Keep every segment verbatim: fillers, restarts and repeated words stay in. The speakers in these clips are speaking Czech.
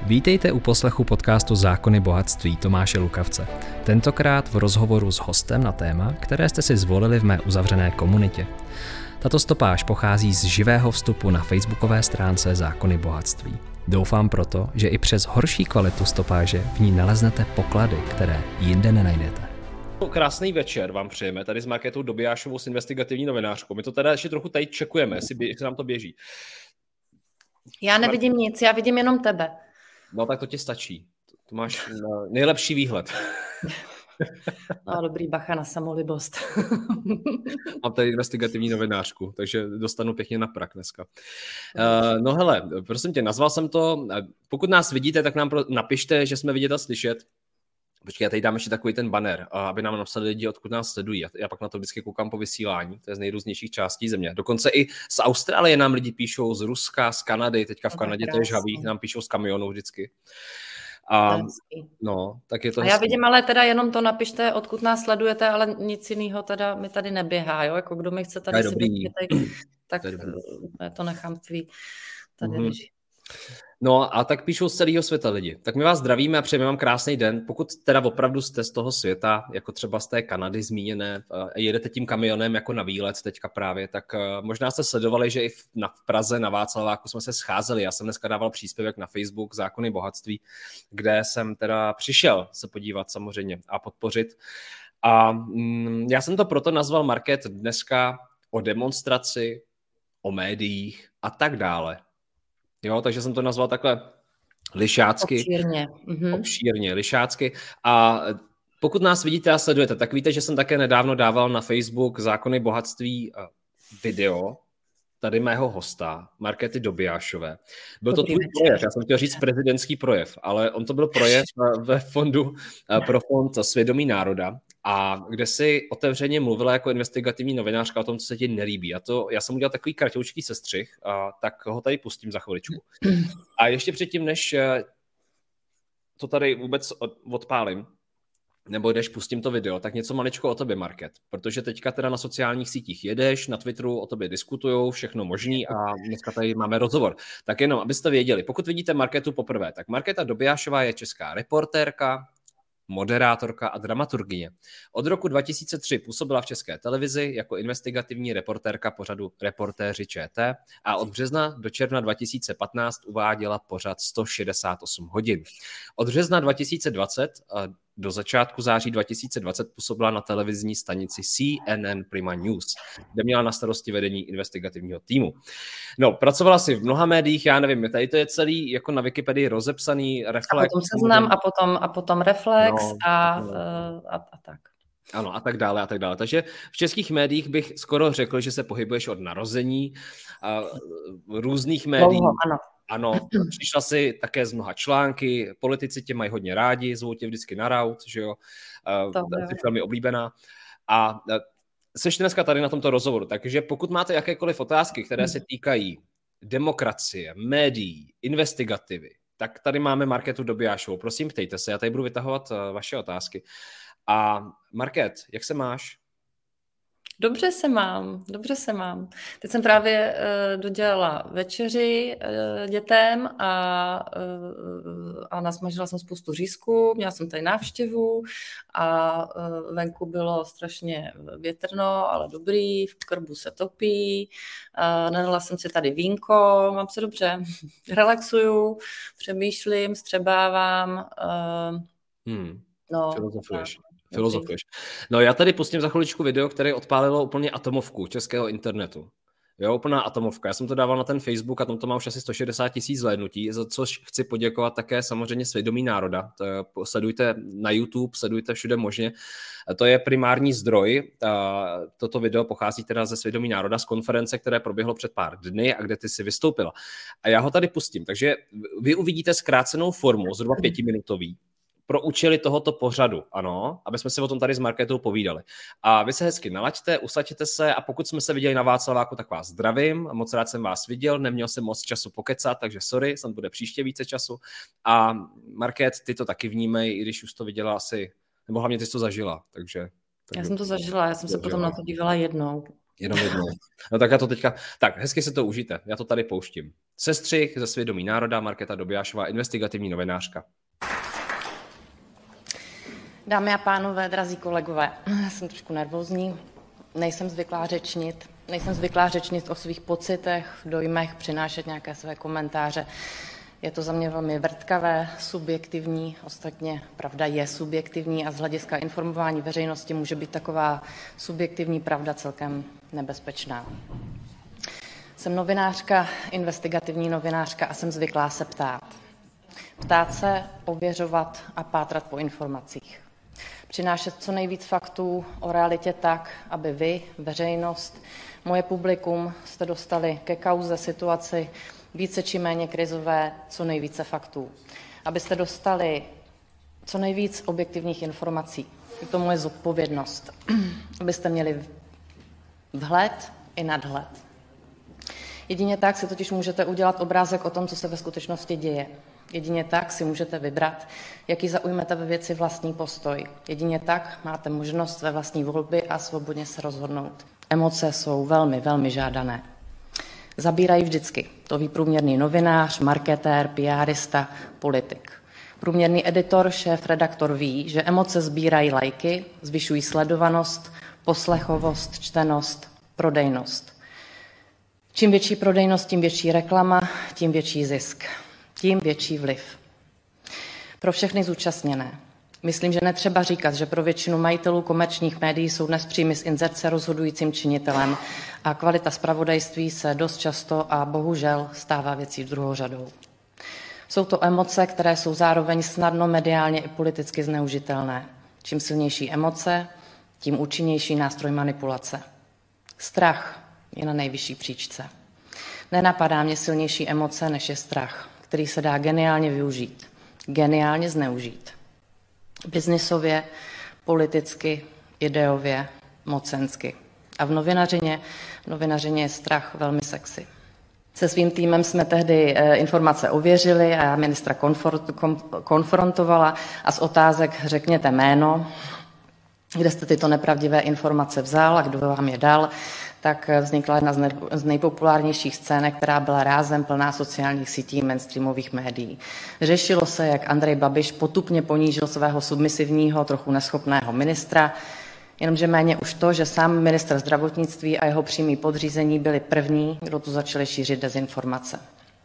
Vítejte u poslechu podcastu Zákony bohatství Tomáše Lukavce. Tentokrát v rozhovoru s hostem na téma, které jste si zvolili v mé uzavřené komunitě. Tato stopáž pochází z živého vstupu na facebookové stránce Zákony bohatství. Doufám proto, že i přes horší kvalitu stopáže v ní naleznete poklady, které jinde nenajdete. Krásný večer vám přejeme tady s Markétou Dobiášovou, s investigativní novinářkou. My to teda ještě trochu tady čekujeme, jestli, by, jestli nám to běží. Já nevidím nic, já vidím jenom tebe. No tak to ti stačí. To máš nejlepší výhled. No dobrý, bacha na samolibost. Mám tady investigativní novinářku, takže dostanu pěkně na prak dneska. Uh, no hele, prosím tě, nazval jsem to. Pokud nás vidíte, tak nám napište, že jsme vidět a slyšet. Počkej, já tady dám ještě takový ten banner, aby nám napsali lidi, odkud nás sledují. Já pak na to vždycky koukám po vysílání, to je z nejrůznějších částí země. Dokonce i z Austrálie nám lidi píšou, z Ruska, z Kanady, teďka v Kanadě to je žhavý, nám píšou z kamionů vždycky. A, no, tak je to a já vidím, ale teda jenom to napište, odkud nás sledujete, ale nic jiného teda mi tady neběhá, jo? Jako kdo mi chce tady si vidět, tak to, to nechám tvý tady mm-hmm. leží. No a tak píšou z celého světa lidi. Tak my vás zdravíme a přejeme vám krásný den. Pokud teda opravdu jste z toho světa, jako třeba z té Kanady zmíněné, jedete tím kamionem jako na výlet teďka právě, tak možná jste sledovali, že i v, na, v Praze na Václaváku jsme se scházeli. Já jsem dneska dával příspěvek na Facebook Zákony bohatství, kde jsem teda přišel se podívat samozřejmě a podpořit. A mm, já jsem to proto nazval, Market, dneska o demonstraci, o médiích a tak dále. Jo, takže jsem to nazval takhle lišácky. Obšírně. Mhm. Obšírně, lišácky. A pokud nás vidíte a sledujete, tak víte, že jsem také nedávno dával na Facebook Zákony bohatství video tady mého hosta, Markéty Dobiášové. Byl to tvůj projev, já jsem chtěl říct prezidentský projev, ale on to byl projev ve fondu pro fond Svědomí národa, a kde si otevřeně mluvila jako investigativní novinářka o tom, co se ti nelíbí. A to, já jsem udělal takový kratoučký sestřih, a tak ho tady pustím za chviličku. A ještě předtím, než to tady vůbec odpálím, nebo když pustím to video, tak něco maličko o tobě, Market. Protože teďka teda na sociálních sítích jedeš, na Twitteru o tobě diskutujou, všechno možný a dneska tady máme rozhovor. Tak jenom, abyste věděli, pokud vidíte Marketu poprvé, tak Markéta Dobiášová je česká reportérka, moderátorka a dramaturgyně. Od roku dva tisíce tři působila v České televizi jako investigativní reportérka pořadu Reportéři ČT a od března do června dva tisíce patnáct uváděla pořad sto šedesát osm hodin. Od března dva tisíce dvacet do začátku září dva tisíce dvacet působila na televizní stanici C N N Prima News, kde měla na starosti vedení investigativního týmu. No, pracovala si v mnoha médiích, já nevím, tady to je celý jako na Wikipedii rozepsaný Reflex. A potom Seznam a potom, a potom Reflex no, a, no. a, a tak. Ano, a tak dále, a tak dále. Takže v českých médiích bych skoro řekl, že se pohybuješ od narození a různých médií. Dlouho, ano. Ano, přišla si také z mnoha články, politici tě mají hodně rádi, zvou tě vždycky na raut, že jo, jsi velmi oblíbená. A seš dneska tady na tomto rozhovoru, takže pokud máte jakékoliv otázky, které se týkají demokracie, médií, investigativy, tak tady máme Markétu Dobiášovou. Prosím, ptejte se, já tady budu vytahovat vaše otázky. A Market, jak se máš? Dobře se mám, dobře se mám. Teď jsem právě uh, dodělala večeři uh, dětem a, uh, a nasmažila jsem spoustu řízku, měla jsem tady návštěvu a uh, venku bylo strašně větrno, ale dobrý, v krbu se topí, uh, nadala jsem si tady vínko, mám se dobře, relaxuju, přemýšlím, střebávám. Uh, hmm. no, Filozofuješ. Filozofuješ. No já tady pustím za chviličku video, které odpálilo úplně atomovku českého internetu. Jo, úplná atomovka. Já jsem to dával na ten Facebook a tam to má už asi sto šedesát tisíc zhlédnutí, za což chci poděkovat také samozřejmě Svědomí národa. To sledujte na YouTube, sledujte všude možně. To je primární zdroj. Toto video pochází teda ze Svědomí národa z konference, které proběhlo před pár dny a kde ty si vystoupila. A já ho tady pustím. Takže vy uvidíte zkrácenou formu, zhruba pětiminutový, pro účely tohoto pořadu, ano, aby jsme si o tom tady s Markétou povídali. A vy se hezky nalaďte, usaďte se a pokud jsme se viděli na Václaváku, tak vás zdravím, moc rád jsem vás viděl, neměl jsem moc času pokecat, takže sorry, snad bude příště více času. A Markét, ty to taky vnímej, i když už to viděla asi, nebo hlavně ty jsi to zažila, takže... takže já jsem to zažila, já jsem se potom na to dívala jednou. Jenom jednou. No tak já to teďka, tak hezky se to užijte, já to tady pouštím. Sestřih ze Svědomí národa, Markéta Dobiášová, investigativní novinářka. Dámy a pánové, drazí kolegové, jsem trošku nervózní, nejsem zvyklá řečnit, nejsem zvyklá řečnit o svých pocitech, dojmech, přinášet nějaké své komentáře. Je to za mě velmi vrtkavé, subjektivní, ostatně pravda je subjektivní a z hlediska informování veřejnosti může být taková subjektivní pravda celkem nebezpečná. Jsem novinářka, investigativní novinářka a jsem zvyklá se ptát. Ptát se, ověřovat a pátrat po informacích. Přinášet co nejvíc faktů o realitě tak, aby vy, veřejnost, moje publikum jste dostali ke kauze, situaci více či méně krizové, co nejvíce faktů. Abyste dostali co nejvíc objektivních informací. Je to moje zodpovědnost. Abyste měli vhled i nadhled. Jedině tak si totiž můžete udělat obrázek o tom, co se ve skutečnosti děje. Jedině tak si můžete vybrat, jaký zaujmete ve věci vlastní postoj. Jedině tak máte možnost ve vlastní volbě a svobodně se rozhodnout. Emoce jsou velmi, velmi žádané. Zabírají vždycky. To ví průměrný novinář, marketér, PRista, politik. Průměrný editor, šéf, redaktor ví, že emoce sbírají lajky, zvyšují sledovanost, poslechovost, čtenost, prodejnost. Čím větší prodejnost, tím větší reklama, tím větší zisk, tím větší vliv. Pro všechny zúčastněné. Myslím, že netřeba říkat, že pro většinu majitelů komerčních médií jsou dnes příjmy z inzerce rozhodujícím činitelem a kvalita zpravodajství se dost často a bohužel stává věcí druhořadou. Jsou to emoce, které jsou zároveň snadno mediálně i politicky zneužitelné. Čím silnější emoce, tím účinnější nástroj manipulace. Strach je na nejvyšší příčce. Nenapadá mě silnější emoce, než je strach, který se dá geniálně využít, geniálně zneužít. Biznisově, politicky, ideově, mocensky. A v novinařině, v novinařině je strach velmi sexy. Se svým týmem jsme tehdy informace ověřili a já ministra konfrontovala a z otázek řekněte jméno, kde jste tyto nepravdivé informace vzal a kdo vám je dal, tak vznikla jedna z nejpopulárnějších scének, která byla rázem plná sociálních sítí mainstreamových médií. Řešilo se, jak Andrej Babiš potupně ponížil svého submisivního, trochu neschopného ministra, jenomže méně už to, že sám ministr zdravotnictví a jeho přímí podřízení byli první, kdo tu začali šířit dezinformace.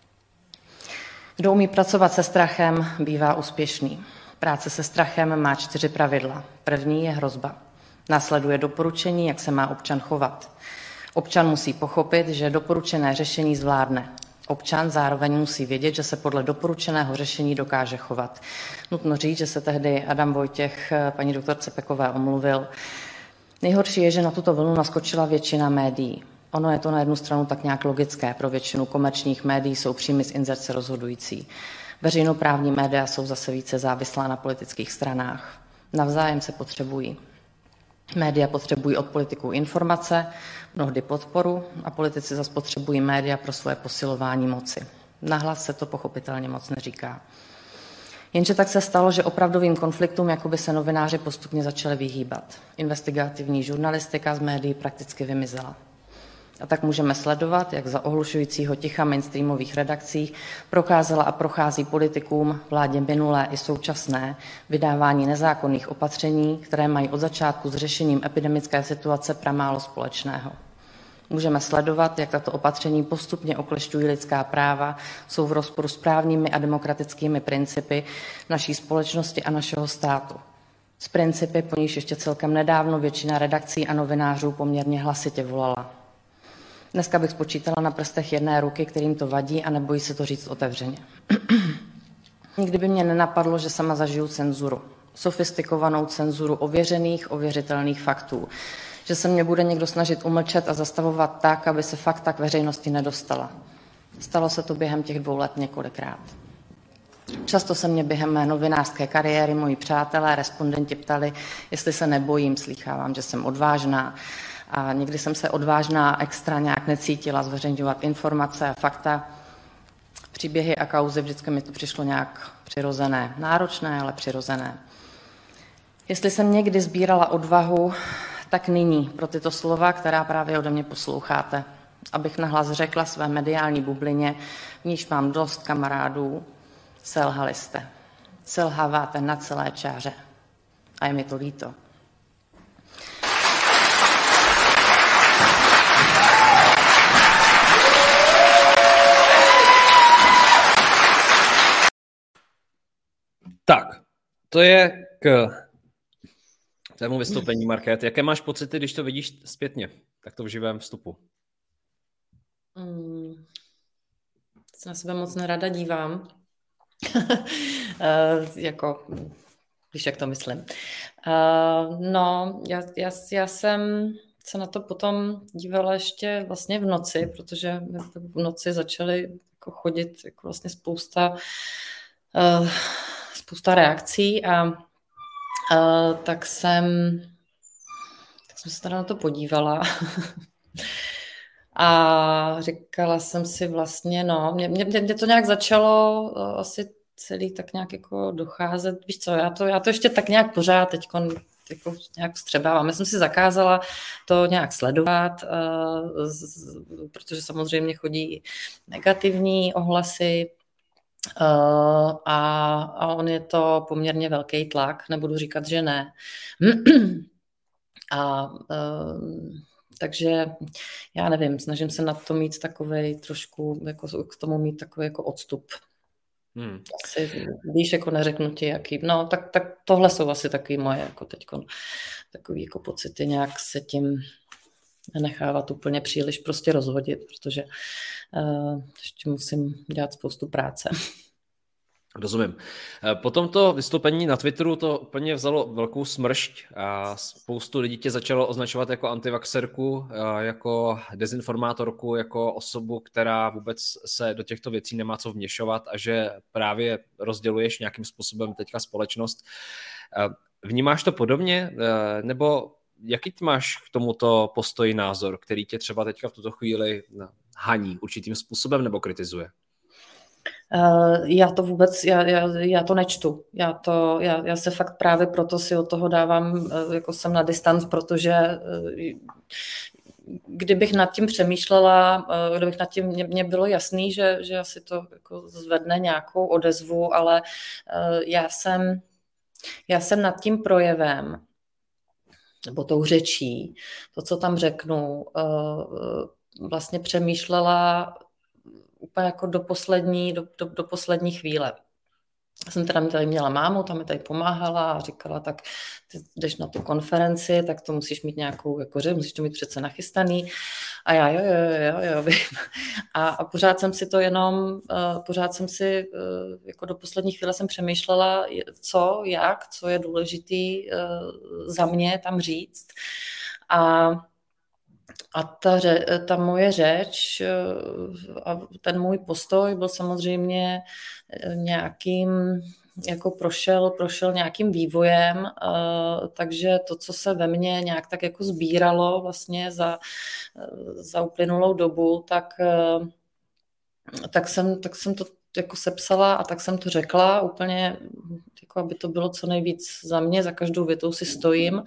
Kdo umí pracovat se strachem, bývá úspěšný. Práce se strachem má čtyři pravidla. První je hrozba. Následuje doporučení, jak se má občan chovat. Občan musí pochopit, že doporučené řešení zvládne. Občan zároveň musí vědět, že se podle doporučeného řešení dokáže chovat. Nutno říct, že se tehdy Adam Vojtěch paní doktorce Pekové omluvil. Nejhorší je, že na tuto vlnu naskočila většina médií. Ono je to na jednu stranu tak nějak logické. Pro většinu komerčních médií jsou příjmy z inzerce rozhodující. Veřejnoprávní média jsou zase více závislá na politických stranách. Navzájem se potřebují. Média potřebují od politiků informace, mnohdy podporu a politici zase potřebují média pro svoje posilování moci. Nahlas se to pochopitelně moc neříká. Jenže tak se stalo, že opravdovým konfliktům jakoby se novináři postupně začali vyhýbat. Investigativní žurnalistika z médií prakticky vymizela. A tak můžeme sledovat, jak za ohlušujícího ticha mainstreamových redakcí prokázala a prochází politikům, vládě minulé i současné, vydávání nezákonných opatření, které mají od začátku s řešením epidemické situace pramálo společného. Můžeme sledovat, jak tato opatření postupně oklešťují lidská práva, jsou v rozporu s právními a demokratickými principy naší společnosti a našeho státu. S principy, po níž ještě celkem nedávno většina redakcí a novinářů poměrně hlasitě volala. Dneska bych spočítala na prstech jedné ruky, kterým to vadí a nebojí se to říct otevřeně. Nikdy by mě nenapadlo, že sama zažiju cenzuru. Sofistikovanou cenzuru ověřených, ověřitelných faktů. Že se mě bude někdo snažit umlčet a zastavovat tak, aby se fakta k veřejnosti nedostala. Stalo se to během těch dvou let několikrát. Často se mě během mé novinářské kariéry moji přátelé, respondenti ptali, jestli se nebojím, slýchávám, že jsem odvážná. A někdy jsem se odvážná extra nějak necítila zveřejňovat informace a fakta. Příběhy a kauzy, vždycky mi to přišlo nějak přirozené. Náročné, ale přirozené. Jestli jsem někdy sbírala odvahu, tak nyní pro tyto slova, která právě ode mě posloucháte. abych nahlas řekla své mediální bublině, v níž mám dost kamarádů, selhali jste. Selháváte na celé čáře. A je mi to líto. Tak, to je k tému vystoupení, Markéto. Jaké máš pocity, když to vidíš zpětně, tak to v živém vstupu? Hmm. Se na sebe moc nerada dívám. jako, když jak to myslím. Uh, no, já, já, já jsem se na to potom dívala ještě vlastně v noci, protože v noci začaly jako chodit jako vlastně spousta uh, spousta reakcí a uh, tak jsem tak jsem se teda na to podívala a říkala jsem si vlastně, no, mě, mě, mě to nějak začalo uh, asi celý tak nějak jako docházet, víš co, já to, já to ještě tak nějak pořád teďkon jako nějak vstřebávám. Já jsem si zakázala to nějak sledovat, uh, z, protože samozřejmě chodí negativní ohlasy, Uh, a, a on je to poměrně velký tlak, nebudu říkat, že ne. a uh, takže já nevím, snažím se na to mít takovej trošku, jako k tomu mít takový jako odstup. Hmm. Asi, víš, jako neřeknu ti, jaký, no, tak, tak tohle jsou asi takový moje, jako teďko, takový jako pocity, nějak se tím nenechávat úplně příliš prostě rozhodit, protože uh, ještě musím dělat spoustu práce. Rozumím. Po tomto vystoupení na Twitteru to úplně vzalo velkou smršť a spoustu lidí tě začalo označovat jako antivaxerku, jako dezinformátorku, jako osobu, která vůbec se do těchto věcí nemá co vměšovat a že právě rozděluješ nějakým způsobem teďka společnost. Vnímáš to podobně? Nebo jaký ty máš k tomuto postoji názor, který tě třeba teďka v tuto chvíli haní určitým způsobem nebo kritizuje? Uh, já to vůbec, já, já, já to nečtu. Já, to, já, já se fakt právě proto si od toho dávám, uh, jako jsem na distanc, protože uh, kdybych nad tím přemýšlela, uh, kdybych nad tím, mě, mě bylo jasný, že, že asi to jako zvedne nějakou odezvu, ale uh, já jsem, já jsem nad tím projevem nebo tou řečí, to, co tam řeknu, uh, vlastně přemýšlela úplně jako do poslední, do, do, do poslední chvíle. Já jsem teda tady měla mámu, tam mi tady pomáhala a říkala, tak ty jdeš na tu konferenci, tak to musíš mít nějakou, jako, že musíš to mít přece nachystaný. A já jo, jo, jo, jo, vím. A, a pořád jsem si to jenom, uh, pořád jsem si, uh, jako do poslední chvíle jsem přemýšlela, co, jak, co je důležitý uh, za mě tam říct. A A ta, ta moje řeč a ten můj postoj byl samozřejmě nějakým, jako prošel, prošel nějakým vývojem, takže to, co se ve mně nějak tak jako sbíralo vlastně za, za uplynulou dobu, tak, tak, jsem, tak jsem to jako sepsala a tak jsem to řekla úplně, jako aby to bylo co nejvíc za mě, za každou větou si stojím.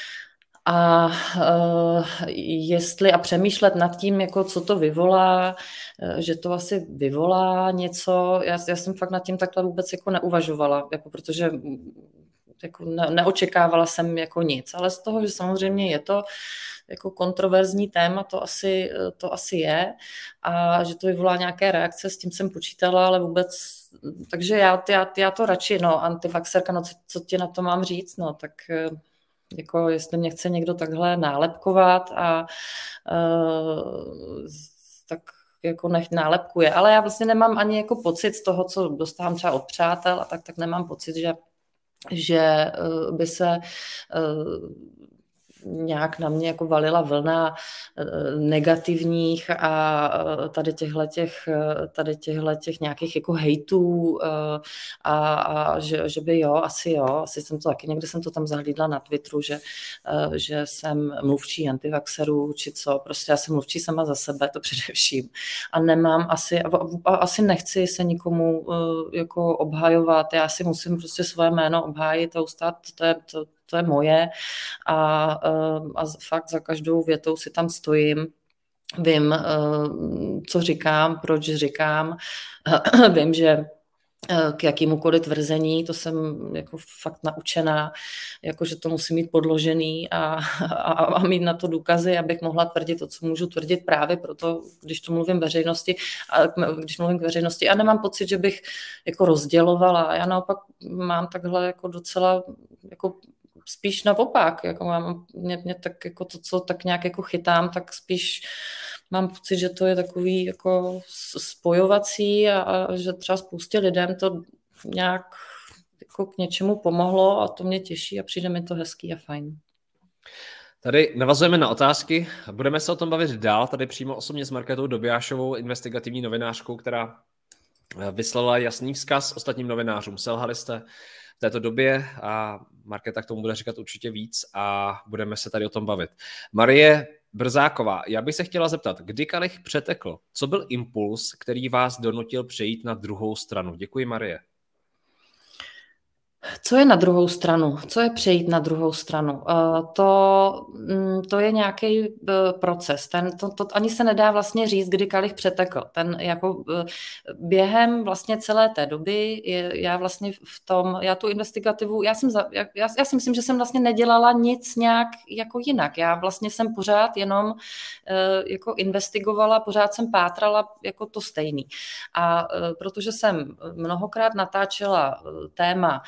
A uh, jestli a přemýšlet nad tím, jako co to vyvolá, že to asi vyvolá něco, já, já jsem fakt nad tím takhle vůbec jako neuvažovala, jako protože jako ne, neočekávala jsem jako nic, ale z toho, že samozřejmě je to jako kontroverzní téma, to asi, to asi je a že to vyvolá nějaké reakce, s tím jsem počítala, ale vůbec, takže já, já, já to radši, no, antivaxerka, no co, co ti na to mám říct, no, tak jako jestli mě chce někdo takhle nálepkovat a uh, tak jako nech nálepkuje, ale já vlastně nemám ani jako pocit z toho, co dostávám třeba od přátel a tak, tak nemám pocit, že, že uh, by se uh, nějak na mě jako valila vlna negativních a tady těchhletěch, tady těchhletěch nějakých jako hejtů a, a že, že by jo, asi jo, asi jsem to taky, někde jsem to tam zahlídla na Twitteru, že, že jsem mluvčí antivaxerů, či co, prostě já jsem mluvčí sama za sebe, to především a nemám asi, a, a asi nechci se nikomu jako obhajovat, já si musím prostě své jméno obhájit a ustát, to je, to, to je moje a, a fakt za každou větou si tam stojím vím, co říkám, proč říkám, vím, že k jakýmukoliv tvrzení, to jsem jako fakt naučená, jako že to musí mít podložený a, a, a mít na to důkazy, abych mohla tvrdit to, co můžu tvrdit právě proto, když to mluvím veřejnosti, a když mluvím k veřejnosti a nemám pocit, že bych jako rozdělovala. Já naopak mám takhle jako docela jako spíš naopak, jako mám, mě, mě tak jako to, co tak nějak jako chytám, tak spíš mám pocit, že to je takový jako spojovací a, a že třeba spoustě lidem to nějak jako k něčemu pomohlo a to mě těší a přijde mi to hezký a fajn. Tady navazujeme na otázky. Budeme se o tom bavit dál, tady přímo osobně s Markétou Dobiášovou, investigativní novinářkou, která vyslala jasný vzkaz ostatním novinářům. Selhali jste v této době a Markéta k tomu bude říkat určitě víc a budeme se tady o tom bavit. Marie Brzáková, já bych se chtěla zeptat, kdy kalich přetekl? Co byl impuls, který vás donutil přejít na druhou stranu? Děkuji, Marie. Co je na druhou stranu? Co je přejít na druhou stranu? To, to je nějaký proces. Ten, to, to ani se nedá vlastně říct, kdy kalich přetekl. Ten jako během vlastně celé té doby je, já vlastně v tom, já tu investigativu, já, jsem za, já, já si myslím, že jsem vlastně nedělala nic nějak jako jinak. Já vlastně jsem pořád jenom jako investigovala, pořád jsem pátrala jako to stejný. A protože jsem mnohokrát natáčela téma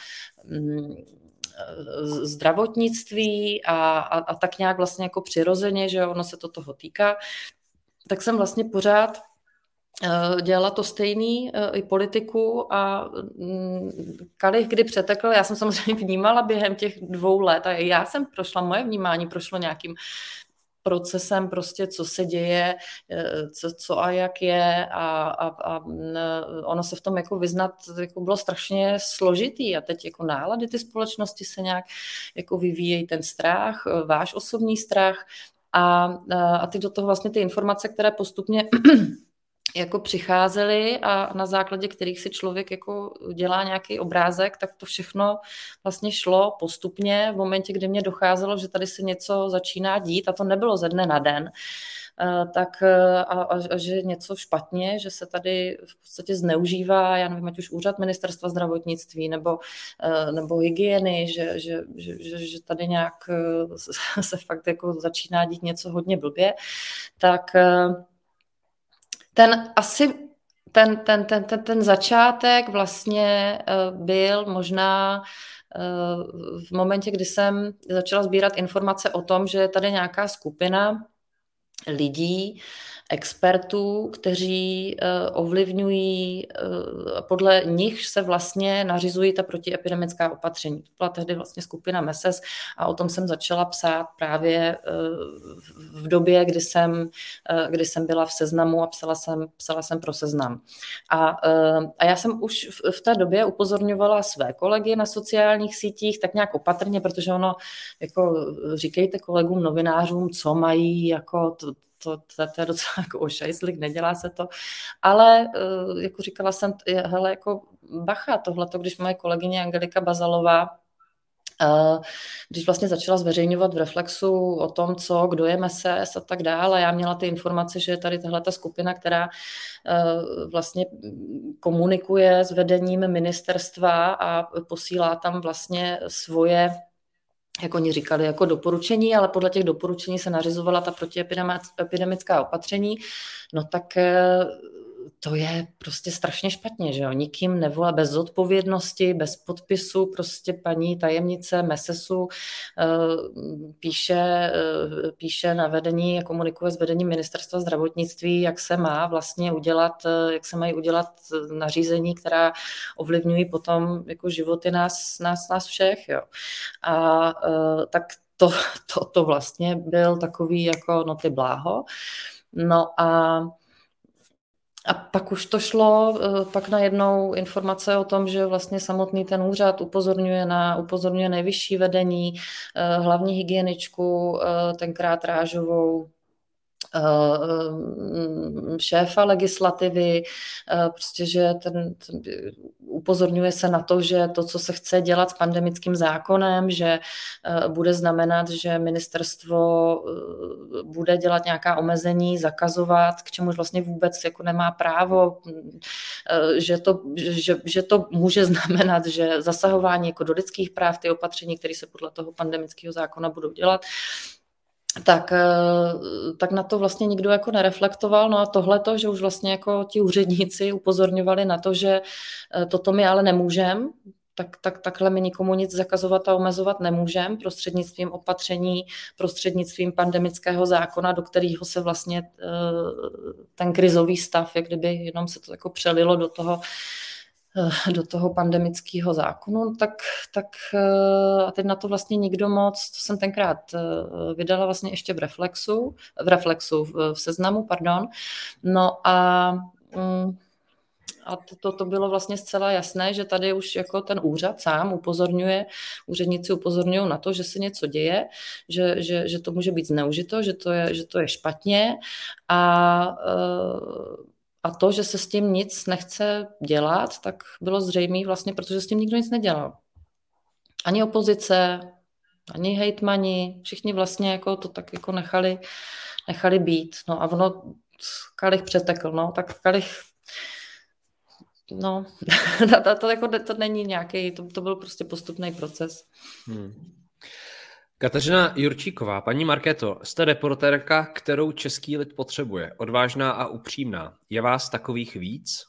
zdravotnictví a, a, a tak nějak vlastně jako přirozeně, že ono se to toho týká, tak jsem vlastně pořád dělala to stejný i politiku a kalich kdy přetekl, já jsem samozřejmě vnímala během těch dvou let a já jsem prošla, moje vnímání prošlo nějakým procesem prostě, co se děje, co, co a jak je a, a, a ono se v tom jako vyznat jako bylo strašně složitý a teď jako nálady ty společnosti se nějak jako vyvíjejí ten strach, váš osobní strach a, a ty do toho vlastně ty informace, které postupně jako přicházely a na základě kterých si člověk jako dělá nějaký obrázek, tak to všechno vlastně šlo postupně v momentě, kdy mě docházelo, že tady se něco začíná dít a to nebylo ze dne na den, tak a, a, a že něco špatně, že se tady v podstatě zneužívá, já nevím, ať už úřad ministerstva zdravotnictví nebo, nebo hygieny, že, že, že, že tady nějak se fakt jako začíná dít něco hodně blbě, tak Ten asi, ten, ten, ten, ten, ten začátek vlastně byl možná v momentě, kdy jsem začala sbírat informace o tom, že je tady nějaká skupina lidí, expertů, kteří ovlivňují, podle nich se vlastně nařizují ta protiepidemická opatření. To byla tehdy vlastně skupina M S S a o tom jsem začala psát právě v době, kdy jsem, kdy jsem byla v Seznamu a psala jsem, psala jsem pro Seznam. A, a já jsem už v, v té době upozorňovala své kolegy na sociálních sítích tak nějak opatrně, protože ono, jako říkejte kolegům novinářům, co mají, jako to, To, to, to je docela jako ošajslik, nedělá se to, ale jako říkala jsem, hele, jako bacha, tohleto, když moje kolegyně Angelika Bazalová, když vlastně začala zveřejňovat v Reflexu o tom, co, kdo je M S S a tak dále, já měla ty informace, že je tady tahleta skupina, která vlastně komunikuje s vedením ministerstva a posílá tam vlastně svoje, jak oni říkali, jako doporučení, ale podle těch doporučení se nařizovala ta protiepidemická opatření, no tak to je prostě strašně špatně, že jo, nikým nevolá, bez zodpovědnosti, bez podpisu, prostě paní tajemnice M S S u píše, píše na vedení a komunikuje s vedením ministerstva zdravotnictví, jak se má vlastně udělat, jak se mají udělat nařízení, která ovlivňují potom jako životy nás, nás, nás všech, jo. A tak to, to, to vlastně byl takový jako no ty bláho. No a A pak už to šlo, pak najednou informace o tom, že vlastně samotný ten úřad upozorňuje na upozorňuje nejvyšší vedení, hlavní hygieničku, tenkrát Rážovou, šéfa legislativy, prostě, že ten, ten upozorňuje se na to, že to, co se chce dělat s pandemickým zákonem, že bude znamenat, že ministerstvo bude dělat nějaká omezení, zakazovat, k čemuž vlastně vůbec jako nemá právo, že to, že, že to může znamenat, že zasahování jako do lidských práv, ty opatření, které se podle toho pandemického zákona budou dělat, tak, tak na to vlastně nikdo jako nereflektoval. No a tohleto, že už vlastně jako ti úředníci upozorňovali na to, že toto my ale nemůžeme, tak, tak takhle my nikomu nic zakazovat a omezovat nemůžeme prostřednictvím opatření, prostřednictvím pandemického zákona, do kterého se vlastně ten krizový stav, jak kdyby jenom se to jako přelilo do toho, do toho pandemického zákonu, tak, tak a teď na to vlastně nikdo moc, to jsem tenkrát vydala vlastně ještě v Reflexu, v Reflexu, v Seznamu, pardon, no a a to, to bylo vlastně zcela jasné, že tady už jako ten úřad sám upozorňuje, úředníci upozorňují na to, že se něco děje, že, že, že to může být zneužito, že to je, že to je špatně a A to, že se s tím nic nechce dělat, tak bylo zřejmé vlastně, protože s tím nikdo nic nedělal. Ani opozice, ani hejtmani, všichni vlastně jako to tak jako nechali, nechali být. No a ono, kalich přetekl, no, tak kalich, no, to, to, jako, to není nějaký, to, to byl prostě postupný proces. Hmm. Kateřina Jurčíková, paní Markéto, jste reportérka, kterou český lid potřebuje. Odvážná a upřímná. Je vás takových víc?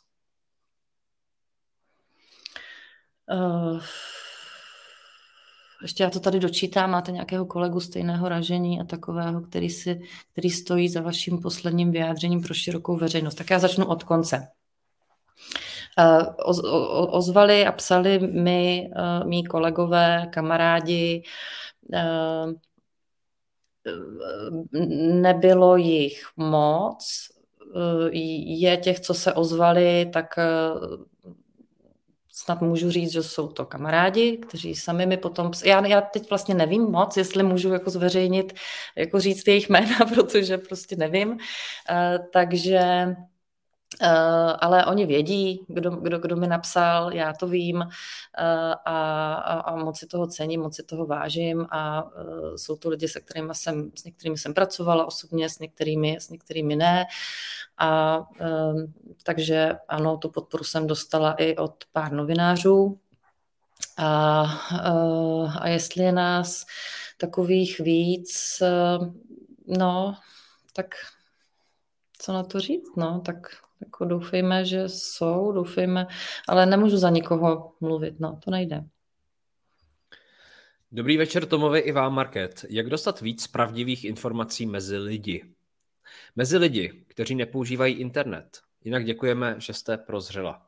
Uh, ještě já to tady dočítám. Máte nějakého kolegu stejného ražení a takového, který, si, který stojí za vaším posledním vyjádřením pro širokou veřejnost. Tak já začnu od konce. Uh, oz, o, ozvali a psali mi uh, mý kolegové, kamarádi. Uh, nebylo jich moc. Uh, je těch, co se ozvali, tak uh, snad můžu říct, že jsou to kamarádi, kteří sami mi potom... Já, já teď vlastně nevím moc, jestli můžu jako zveřejnit, jako říct jejich jména, protože prostě nevím. Uh, takže... Uh, ale oni vědí, kdo, kdo, kdo mi napsal, já to vím uh, a, a, a moc si toho cením, moc si toho vážím a uh, jsou to lidi, se kterými jsem, s některými jsem pracovala osobně, s některými, s některými ne. A uh, takže ano, tu podporu jsem dostala i od pár novinářů. A, uh, a jestli je nás takových víc, uh, no, tak co na to říct, no, tak jako doufejme, že jsou, doufejme, ale nemůžu za nikoho mluvit, no, to nejde. Dobrý večer Tomovi i vám, Market. Jak dostat víc pravdivých informací mezi lidi? Mezi lidi, kteří nepoužívají internet. Jinak děkujeme, že jste prozřela.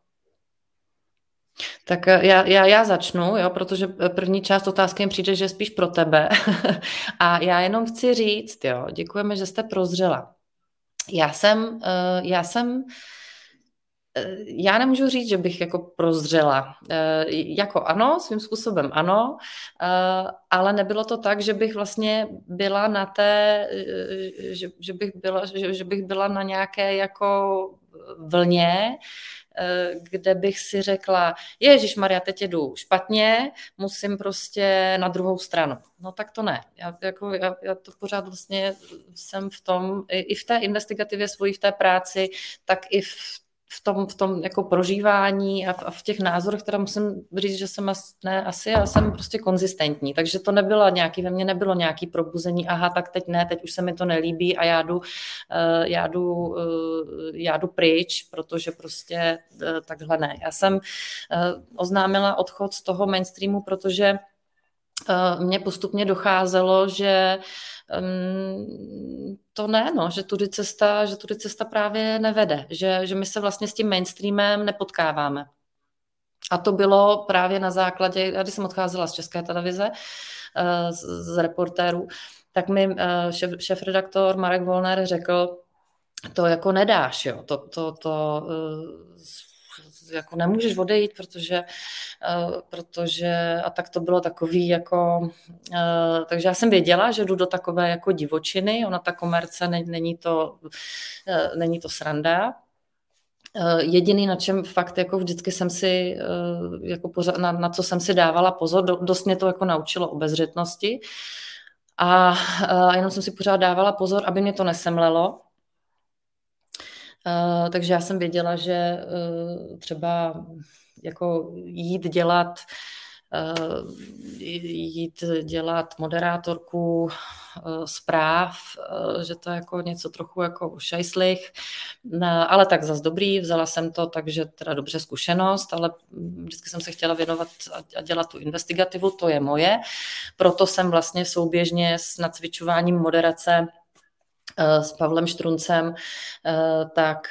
Tak já, já, já začnu, jo, protože první část otázky mi přijde, že je spíš pro tebe. A já jenom chci říct, jo, děkujeme, že jste prozřela. Já jsem, já jsem, já nemůžu říct, že bych jako prozřela. Jako ano, svým způsobem ano, ale nebylo to tak, že bych vlastně byla na té, že, že, bych, byla, že, že bych byla na nějaké jako vlně, kde bych si řekla, ježišmarja, teď jdu špatně, musím prostě na druhou stranu. No tak to ne. Já, jako, já, já to pořád vlastně jsem v tom, i, i v té investigativě svojí, v té práci, tak i v v tom, v tom jako prožívání a v, a v těch názorech, která musím říct, že jsem as, ne, asi já jsem prostě konzistentní, takže to nebylo nějaký, ve mně nebylo nějaký probuzení, aha, tak teď ne, teď už se mi to nelíbí a já jdu, uh, já jdu, uh, já jdu pryč, protože prostě uh, takhle ne. Já jsem uh, oznámila odchod z toho mainstreamu, protože uh, mně postupně docházelo, že um, to ne, no, že tudy cesta, že tudy cesta právě nevede, že, že my se vlastně s tím mainstreamem nepotkáváme. A to bylo právě na základě, já když jsem odcházela z České televize, z, z reportérů, tak mi šef, šéfredaktor Marek Volner řekl, to jako nedáš, jo, to, to, to jako nemůžeš odejít, protože, protože a tak to bylo takový jako, takže já jsem věděla, že jdu do takové jako divočiny, ona ta komerce není to, není to sranda Jediný, na čem fakt jako vždycky jsem si, jako pořád, na, na co jsem si dávala pozor, dost mě to jako naučilo obezřetnosti a, a jenom jsem si pořád dávala pozor, aby mě to nesemlelo. Takže já jsem věděla, že třeba jako jít dělat jít dělat moderátorku zpráv, že to je jako něco trochu jako šajslich, ale tak zas dobrý, vzala jsem to, takže teda dobře zkušenost, ale vždycky jsem se chtěla věnovat a dělat tu investigativu, to je moje, proto jsem vlastně souběžně s nacvičováním moderace s Pavlem Štruncem, tak,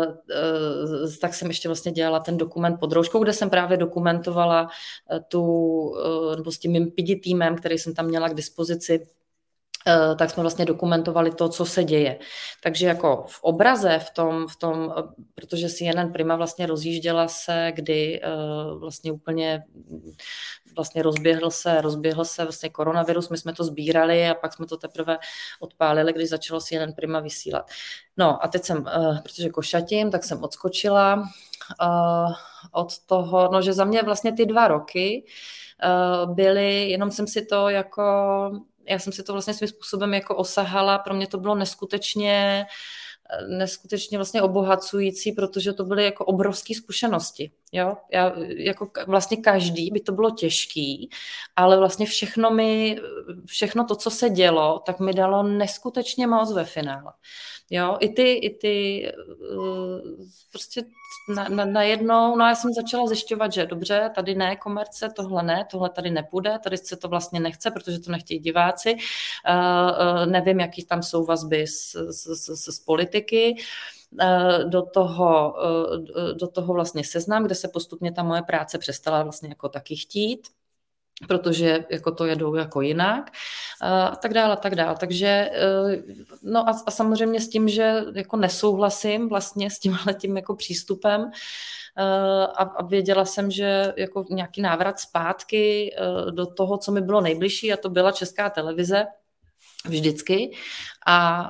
tak jsem ještě vlastně dělala ten dokument pod rouškou, kde jsem právě dokumentovala tu, nebo s tím mým pidi týmem, který jsem tam měla k dispozici, tak jsme vlastně dokumentovali to, co se děje. Takže jako v obraze, v tom, v tom protože C N N Prima vlastně rozjížděla se, kdy vlastně úplně vlastně rozběhl se, rozběhl se vlastně koronavirus, my jsme to sbírali a pak jsme to teprve odpálili, když začalo C N N Prima vysílat. No a teď jsem, protože košatím, tak jsem odskočila od toho, no že za mě vlastně ty dva roky byly, jenom jsem si to jako já jsem si to vlastně svým způsobem jako osahala, pro mě to bylo neskutečně, neskutečně vlastně obohacující, protože to byly jako obrovské zkušenosti. Jo? Já, jako vlastně každý by to bylo těžký, ale vlastně všechno mi, všechno to, co se dělo, tak mi dalo neskutečně moc ve finále. Jo, i ty, i ty prostě na, na, najednou, no já jsem začala zjišťovat, že dobře, tady ne komerce, tohle ne, tohle tady nepůjde, tady se to vlastně nechce, protože to nechtějí diváci, uh, uh, nevím, jaký tam jsou vazby s, s, s, s politiky, uh, do toho, uh, do toho vlastně seznam, kde se postupně ta moje práce přestala vlastně jako taky chtít, protože jako to jedou jako jinak a tak dále, a tak dále. Takže no a, a samozřejmě s tím, že jako nesouhlasím vlastně s tímhletím jako přístupem a, a věděla jsem, že jako nějaký návrat zpátky do toho, co mi bylo nejbližší, a to byla Česká televize vždycky a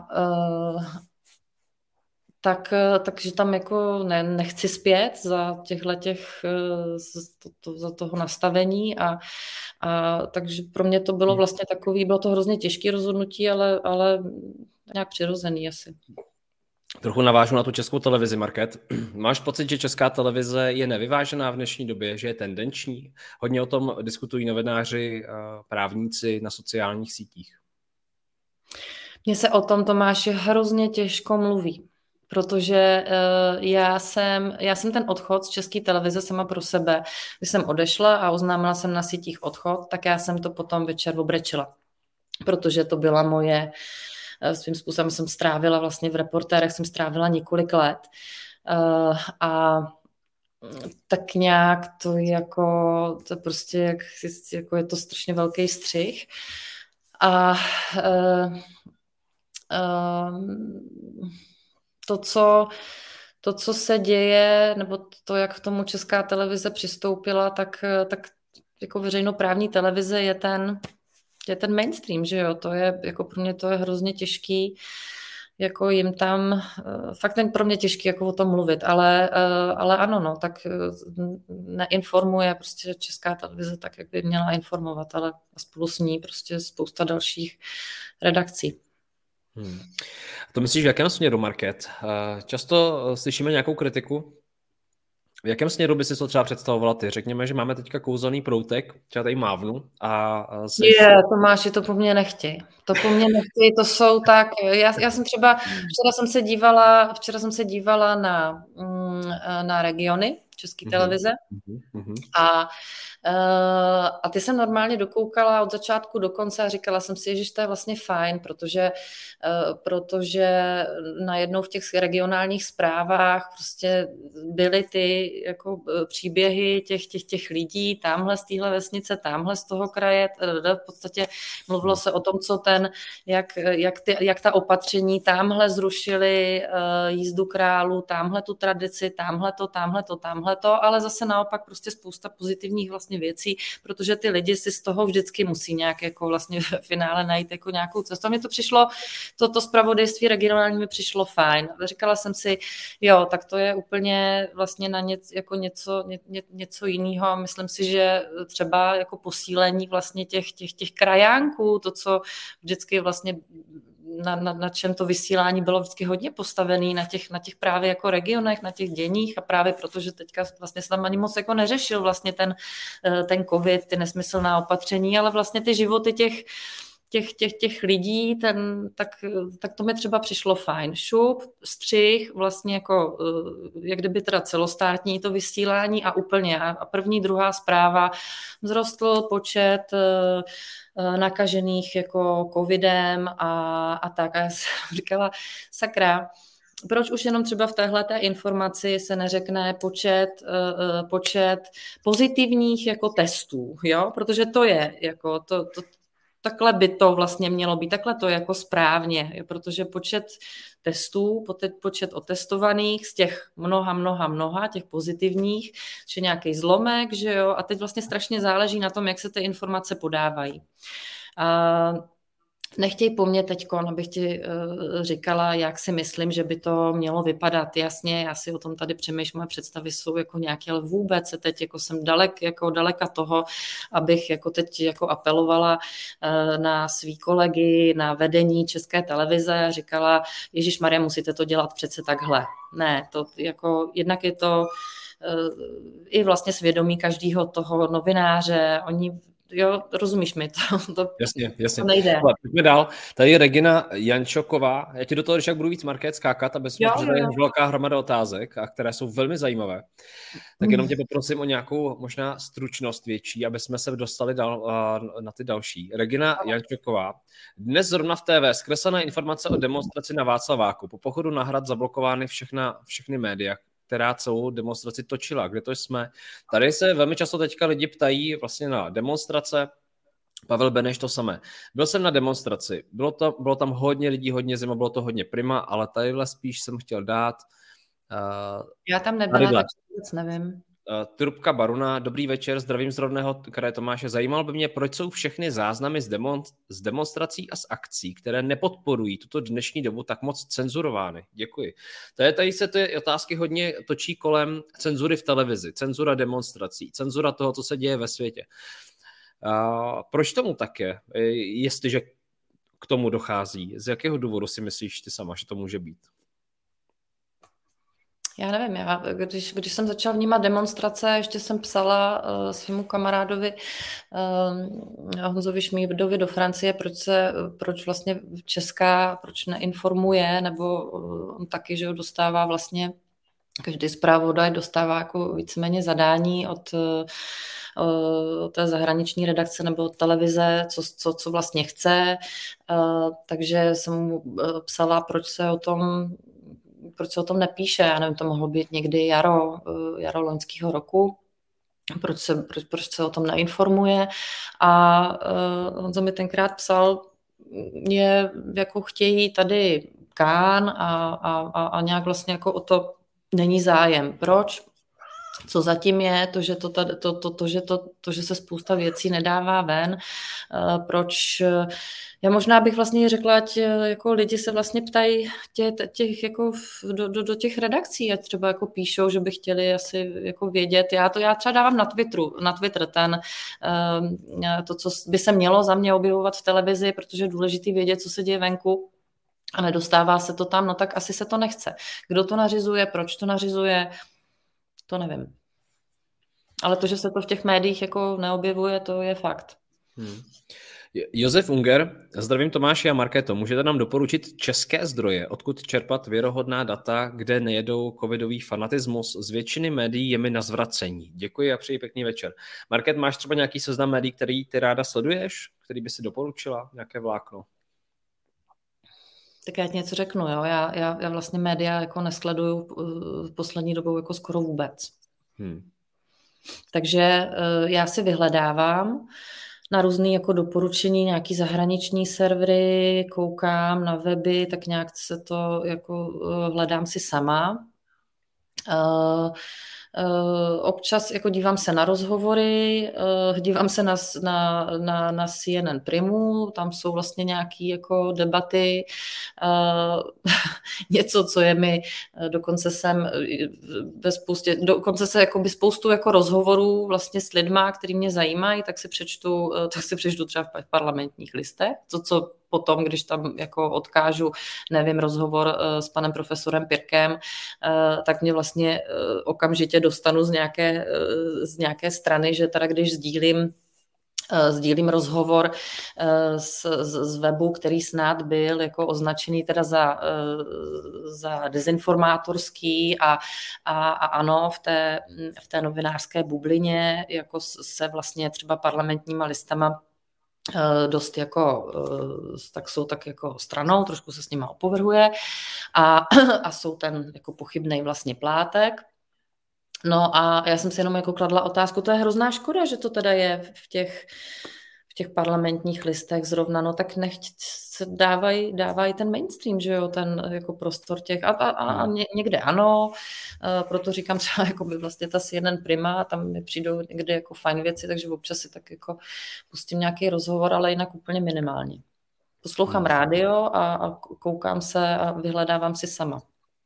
tak, takže tam jako ne, nechci zpět za těchto těch, to, to, za toho nastavení a, a takže pro mě to bylo vlastně takový, bylo to hrozně těžké rozhodnutí, ale, ale nějak přirozený asi. Trochu navážu na tu Českou televizi, Market. Máš pocit, že Česká televize je nevyvážená v dnešní době, že je tendenční? Hodně o tom diskutují novináři, právníci na sociálních sítích. Mně se o tom, Tomáši, hrozně těžko mluví. Protože uh, já, jsem, já jsem ten odchod z České televize sama pro sebe, když jsem odešla a oznámila jsem na sítích odchod, tak já jsem to potom večer obrečila, protože to byla moje, uh, svým způsobem jsem strávila vlastně v Reportérech, jsem strávila několik let uh, a tak nějak to jako, to prostě jak, jako je to strašně velký střih a uh, uh, To co, to, co se děje, nebo to, jak k tomu Česká televize přistoupila, tak, tak jako veřejnoprávní televize je ten, je ten mainstream, že jo, to je, jako pro mě to je hrozně těžký, jako jim tam, fakt není pro mě těžký, jako o tom mluvit, ale, ale ano, no, tak neinformuje prostě Česká televize tak, jak by měla informovat, ale spolu s ní prostě spousta dalších redakcí. Hmm. To myslíš, v jakém směru, Market? Často slyšíme nějakou kritiku. V jakém směru by si to třeba představovala ty? Řekněme, že máme teďka kouzelný proutek, třeba tady mávnu. A seš... Je, Tomáši, to po mně nechtěj. To po mně nechtěj, to jsou tak... Já, já jsem třeba... Včera jsem se dívala, včera jsem se dívala na, na regiony České televize mm-hmm. a a ty jsem normálně dokoukala od začátku do konce a říkala jsem si, že to je vlastně fajn, protože, protože najednou v těch regionálních zprávách prostě byly ty jako příběhy těch, těch, těch lidí, tamhle z téhle vesnice, tamhle z toho kraje, v podstatě mluvilo se o tom, co ten, jak, jak, ty, jak ta opatření tamhle zrušili jízdu králů, tamhle tu tradici, tamhle to, tamhle to, tamhle tomhleto, ale zase naopak prostě spousta pozitivních vlastně věcí, protože ty lidi si z toho vždycky musí nějak jako vlastně v finále najít jako nějakou cestu. Mně to přišlo, to, to zpravodajství regionální mi přišlo fajn. Říkala jsem si, jo, tak to je úplně vlastně na něco, jako něco, ně, něco jiného a myslím si, že třeba jako posílení vlastně těch, těch, těch krajánků, to, co vždycky vlastně Na, na, na čem to vysílání bylo vždycky hodně postavené, na těch, na těch právě jako regionech, na těch děních a právě protože teďka vlastně se tam ani moc jako neřešil vlastně ten, ten covid, ty nesmyslná opatření, ale vlastně ty životy těch, těch, těch, těch lidí, ten, tak, tak to mi třeba přišlo fajn. Šup, střih, vlastně jako, jak kdyby teda celostátní to vysílání a úplně. A první, druhá zpráva, vzrostl počet nakažených jako covidem a, a tak. A já jsem říkala, sakra, proč už jenom třeba v téhleté informaci se neřekne počet, uh, počet pozitivních jako testů, jo? Protože to je, jako to, to, takhle by to vlastně mělo být, takhle to je jako správně, jo? Protože počet testů, počet otestovaných z těch mnoha, mnoha, mnoha, těch pozitivních, že nějaký zlomek, že jo, a teď vlastně strašně záleží na tom, jak se ty informace podávají. A nechtěj po mně teďko, abych ti uh, říkala, jak si myslím, že by to mělo vypadat. Jasně, já si o tom tady přemýšlím, moje představy jsou jako nějaké, ale vůbec se teď jako jsem dalek, jako daleka toho, abych jako teď jako apelovala uh, na svý kolegy, na vedení České televize a říkala, Ježišmarja, musíte to dělat přece takhle. Ne, to jako jednak je to uh, i vlastně svědomí každého toho novináře, oni jo, rozumíš mi to. to jasně, jasně. To nejde. Pojďme dál. Tady je Regina Jančoková. Já ti do toho, když jak budu víc Market skákat, aby jsme přidali velká hromada otázek, a které jsou velmi zajímavé. Tak jenom tě poprosím o nějakou možná stručnost větší, aby jsme se dostali dal, na ty další. Regina Jančoková. Dnes zrovna v té vé zkreslené informace o demonstraci na Václaváku. Po pochodu na hrad zablokovány všechna, všechny média, která celou demonstraci točila. Kde to jsme? Tady se velmi často teďka lidi ptají vlastně na demonstrace. Pavel Beneš to samé. Byl jsem na demonstraci. Bylo, to, bylo tam hodně lidí, hodně zima, bylo to hodně prima, ale tadyhle spíš jsem chtěl dát... Uh, Já tam nebyla, tak vůbec nevím. Trubka Baruna, dobrý večer, zdravím z rodného kraje Tomáše. Zajímalo by mě, proč jsou všechny záznamy z, demon, z demonstrací a z akcí, které nepodporují tuto dnešní dobu, tak moc cenzurovány. Děkuji. Tady, tady se ty otázky hodně točí kolem cenzury v televizi, cenzura demonstrací, cenzura toho, co se děje ve světě. A proč tomu tak je, jestliže k tomu dochází? Z jakého důvodu si myslíš ty sama, že to může být? Já nevím, já, když, když jsem začala vnímat demonstrace, ještě jsem psala uh, svému kamarádovi uh, Honzovi Šmídovi do Francie, proč se, proč vlastně Česká, proč neinformuje, nebo uh, on taky, že ho dostává vlastně, každý zpravodaj dostává jako víceméně zadání od uh, té zahraniční redakce nebo od televize, co, co, co vlastně chce, uh, takže jsem mu uh, psala, proč se o tom proč se o tom nepíše, já nevím, to mohlo být někdy jaro, jaro loňského roku, proč se, proč, proč se o tom neinformuje a uh, Honzo mi tenkrát psal, je, jako chtějí tady Kán a, a, a nějak vlastně jako o to není zájem. Proč? Co zatím je, to, že, to, to, to, to, že, to, to, že se spousta věcí nedává ven, proč, já možná bych vlastně řekla, ať jako lidi se vlastně ptají tě, těch, jako do, do, do těch redakcí, ať třeba jako píšou, že by chtěli asi jako vědět, já to já třeba dávám na Twitteru, na Twitter ten, to, co by se mělo za mě objevovat v televizi, protože je důležité vědět, co se děje venku, a nedostává se to tam, no tak asi se to nechce. Kdo to nařizuje, proč to nařizuje, to nevím. Ale to, že se to v těch médiích jako neobjevuje, to je fakt. Hmm. Josef Unger, zdravím Tomáši a Markéto. Můžete nám doporučit české zdroje, odkud čerpat věrohodná data, kde nejedou covidový fanatismus? Z většiny médií je mi na zvracení. Děkuji a přeji pěkný večer. Market, máš třeba nějaký seznam médií, který ty ráda sleduješ? Který by si doporučila? Nějaké vlákno? Tak já ti něco řeknu, jo. Já, já, já vlastně média jako nesleduju v poslední dobou jako skoro vůbec. Hmm. Takže já si vyhledávám na různé jako doporučení, nějaký zahraniční servery, koukám na weby, tak nějak se to jako hledám si sama. Občas jako dívám se na rozhovory, dívám se na, na, na, na C N N Primu, tam jsou vlastně nějaké jako debaty, něco, co je mi, dokonce jsem ve spoustě, dokonce se jako by spoustu jako rozhovorů vlastně s lidma, který mě zajímají, tak si přečtu, tak si přečtu třeba v Parlamentních listech, to, co potom, když tam jako odkážu, nevím, rozhovor s panem profesorem Pirkem, tak mě vlastně okamžitě dostanu z nějaké, z nějaké strany, že teda když sdílím sdílím rozhovor z, z, z webu, který snad byl jako označený teda za, za dezinformátorský a, a, a ano, v té, v té novinářské bublině jako se vlastně třeba parlamentníma listama dost jako, tak jsou tak jako stranou, trošku se s nima opovrhuje a, a jsou ten jako pochybnej vlastně plátek. No a já jsem si jenom jako kladla otázku, to je hrozná škoda, že to teda je v těch, v těch parlamentních listech zrovna, no tak nechť se dávají dávaj ten mainstream, že jo, ten jako prostor těch a, a, a někde ano, proto říkám třeba jako by vlastně ta C N N Prima, tam mi přijdou někde jako fajn věci, takže občas si tak jako pustím nějaký rozhovor, ale jinak úplně minimálně. Poslouchám hmm. rádio a, a koukám se a vyhledávám si sama.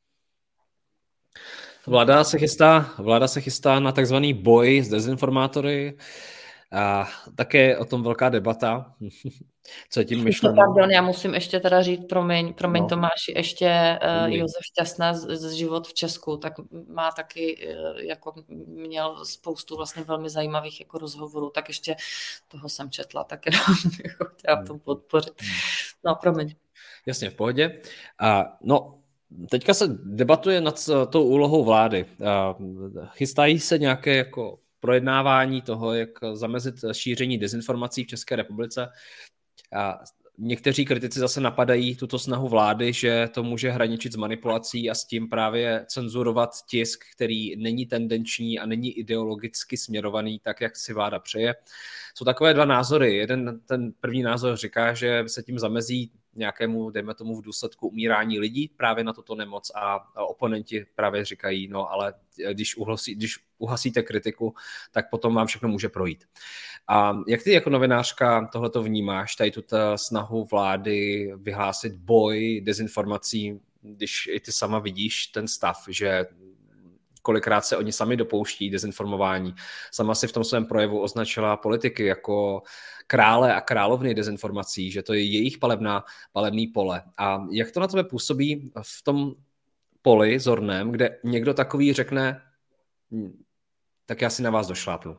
Vláda se chystá, vláda se chystá na takzvaný boj s dezinformátory a také o tom velká debata. Co je tím myšleno? Pardon, já musím ještě teda říct, promiň, promiň no. Tomáši, ještě uh, Josef Šťastná z, z Život v Česku, tak má taky, uh, jako měl spoustu vlastně velmi zajímavých jako rozhovorů, tak ještě toho jsem četla, tak jenom jako chtěla to podpořit. No, promiň. Jasně, v pohodě. A no, teďka se debatuje nad tou úlohou vlády. Chystají se nějaké jako projednávání toho, jak zamezit šíření dezinformací v České republice. A někteří kritici zase napadají tuto snahu vlády, že to může hraničit s manipulací a s tím právě cenzurovat tisk, který není tendenční a není ideologicky směrovaný tak, jak si vláda přeje. Jsou takové dva názory. Jeden, ten první názor říká, že se tím zamezí nějakému, dejme tomu, v důsledku umírání lidí právě na tuto nemoc a, a oponenti právě říkají, no ale když, uhlasí, když uhasíte kritiku, tak potom vám všechno může projít. A jak ty jako novinářka tohleto vnímáš, tady tuto snahu vlády vyhlásit boj dezinformací, když i ty sama vidíš ten stav, že kolikrát se oni sami dopouští dezinformování. Sama si v tom svém projevu označila politiky jako krále a královny dezinformací, že to je jejich palebná, palebný pole. A jak to na tebe působí v tom poli zorném, kde někdo takový řekne, tak já si na vás došlápnu?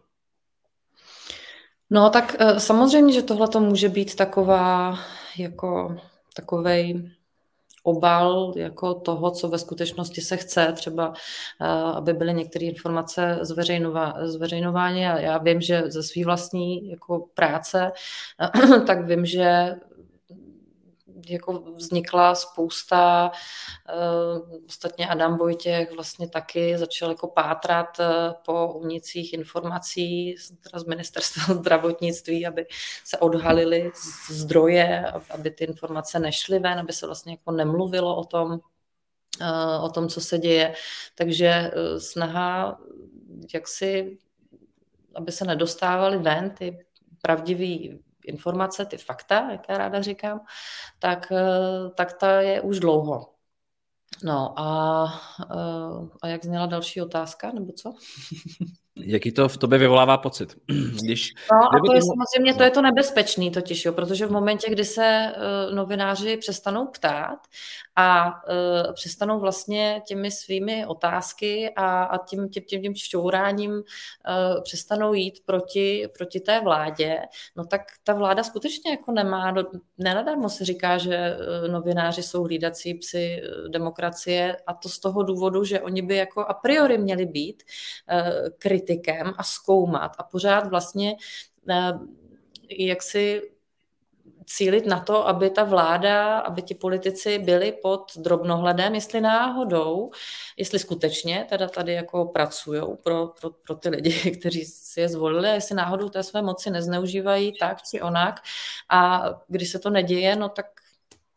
No tak samozřejmě, že tohle to může být taková jako takovej obal jako toho, co ve skutečnosti se chce, třeba aby byly některé informace zveřejnovány. A já vím, že ze své vlastní jako práce, tak vím, že jako vznikla spousta, ostatně Adam Vojtěch vlastně taky začal jako pátrat po únicích informací z ministerstva zdravotnictví, aby se odhalily zdroje, aby ty informace nešly ven, aby se vlastně jako nemluvilo o tom, o tom, co se děje. Takže snaha, jak si, aby se nedostávaly ven ty pravdivý informace, ty fakta, jak já ráda říkám, tak, tak ta je už dlouho. No a, a jak zněla další otázka, nebo co? Jaký to v tobě vyvolává pocit? Když, no a to je samozřejmě, to je to nebezpečný totiž, jo, protože v momentě, kdy se uh, novináři přestanou ptát a uh, přestanou vlastně těmi svými otázky a, a tím, tím, tím, tím šťouráním uh, přestanou jít proti, proti té vládě, no tak ta vláda skutečně jako nemá, do, nenadarmo se říká, že uh, novináři jsou hlídací psi demokracie a to z toho důvodu, že oni by jako a priori měli být uh, kritiky a zkoumat a pořád vlastně jak si cílit na to, aby ta vláda, aby ti politici byli pod drobnohledem, jestli náhodou, jestli skutečně teda tady jako pracujou pro, pro, pro ty lidi, kteří si je zvolili, a jestli náhodou té své moci nezneužívají tak či onak a když se to neděje, no tak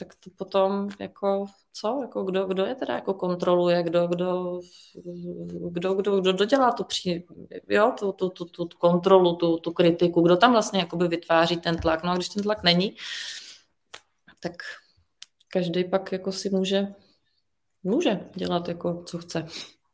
tak to potom jako co? Jako kdo, kdo je teda jako kontroluje, kdo, kdo, kdo, kdo, kdo dodělá tu, při, jo, tu, tu, tu, tu kontrolu, tu, tu kritiku, kdo tam vlastně jakoby vytváří ten tlak. No a když ten tlak není, tak každý pak jako si může, může dělat jako co chce.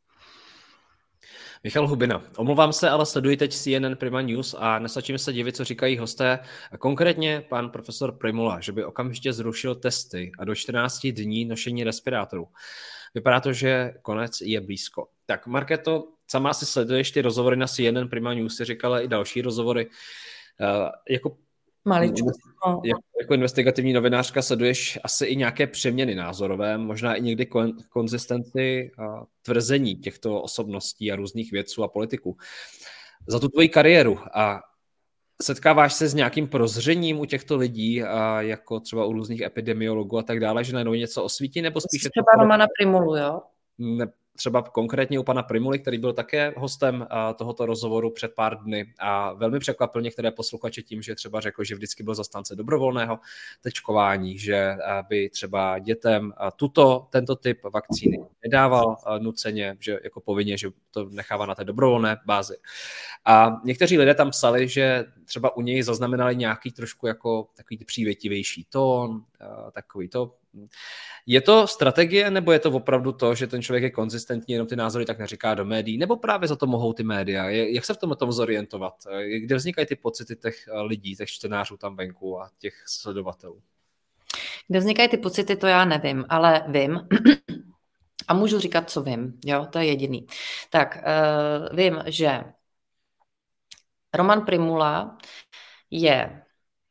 Michal Hubina. Omlouvám se, ale sleduji teď C N N Prima News a nestačím se divit, co říkají hosté. Konkrétně pan profesor Prymula, že by okamžitě zrušil testy a do čtrnácti dní nošení respirátorů. Vypadá to, že konec je blízko. Tak Markéto, sama si sleduješ ty rozhovory na C N N Prima News, si říkala i další rozhovory. Uh, jako Maličko. Jako, jako investigativní novinářka sleduješ asi i nějaké přeměny názorové, možná i někdy kon, konzistenci a tvrzení těchto osobností a různých vědců a politiků. Za tu tvoji kariéru a setkáváš se s nějakým prozřením u těchto lidí, a jako třeba u různých epidemiologů a tak dále, že najednou něco osvítí, nebo spíše... Třeba to... Romana Prymulu, jo? Ne, třeba konkrétně u pana Prymuly, který byl také hostem tohoto rozhovoru před pár dny a velmi překvapil některé posluchače tím, že třeba řekl, že vždycky byl zastánce dobrovolného tečkování, že by třeba dětem tuto, tento typ vakcíny nedával nuceně, že jako povinně, že to nechává na té dobrovolné bázi. A někteří lidé tam psali, že třeba u něj zaznamenali nějaký trošku jako takový přívětivější tón, takový to. Je to strategie, nebo je to opravdu to, že ten člověk je konzistentní, jenom ty názory tak neříká do médií, nebo právě za to mohou ty média? Jak se v tom tom zorientovat? Kde vznikají ty pocity těch lidí, těch čtenářů tam venku a těch sledovatelů? Kde vznikají ty pocity, to já nevím, ale vím. A můžu říkat, co vím. Jo, to je jediný. Tak, uh, vím, že Roman Prymula je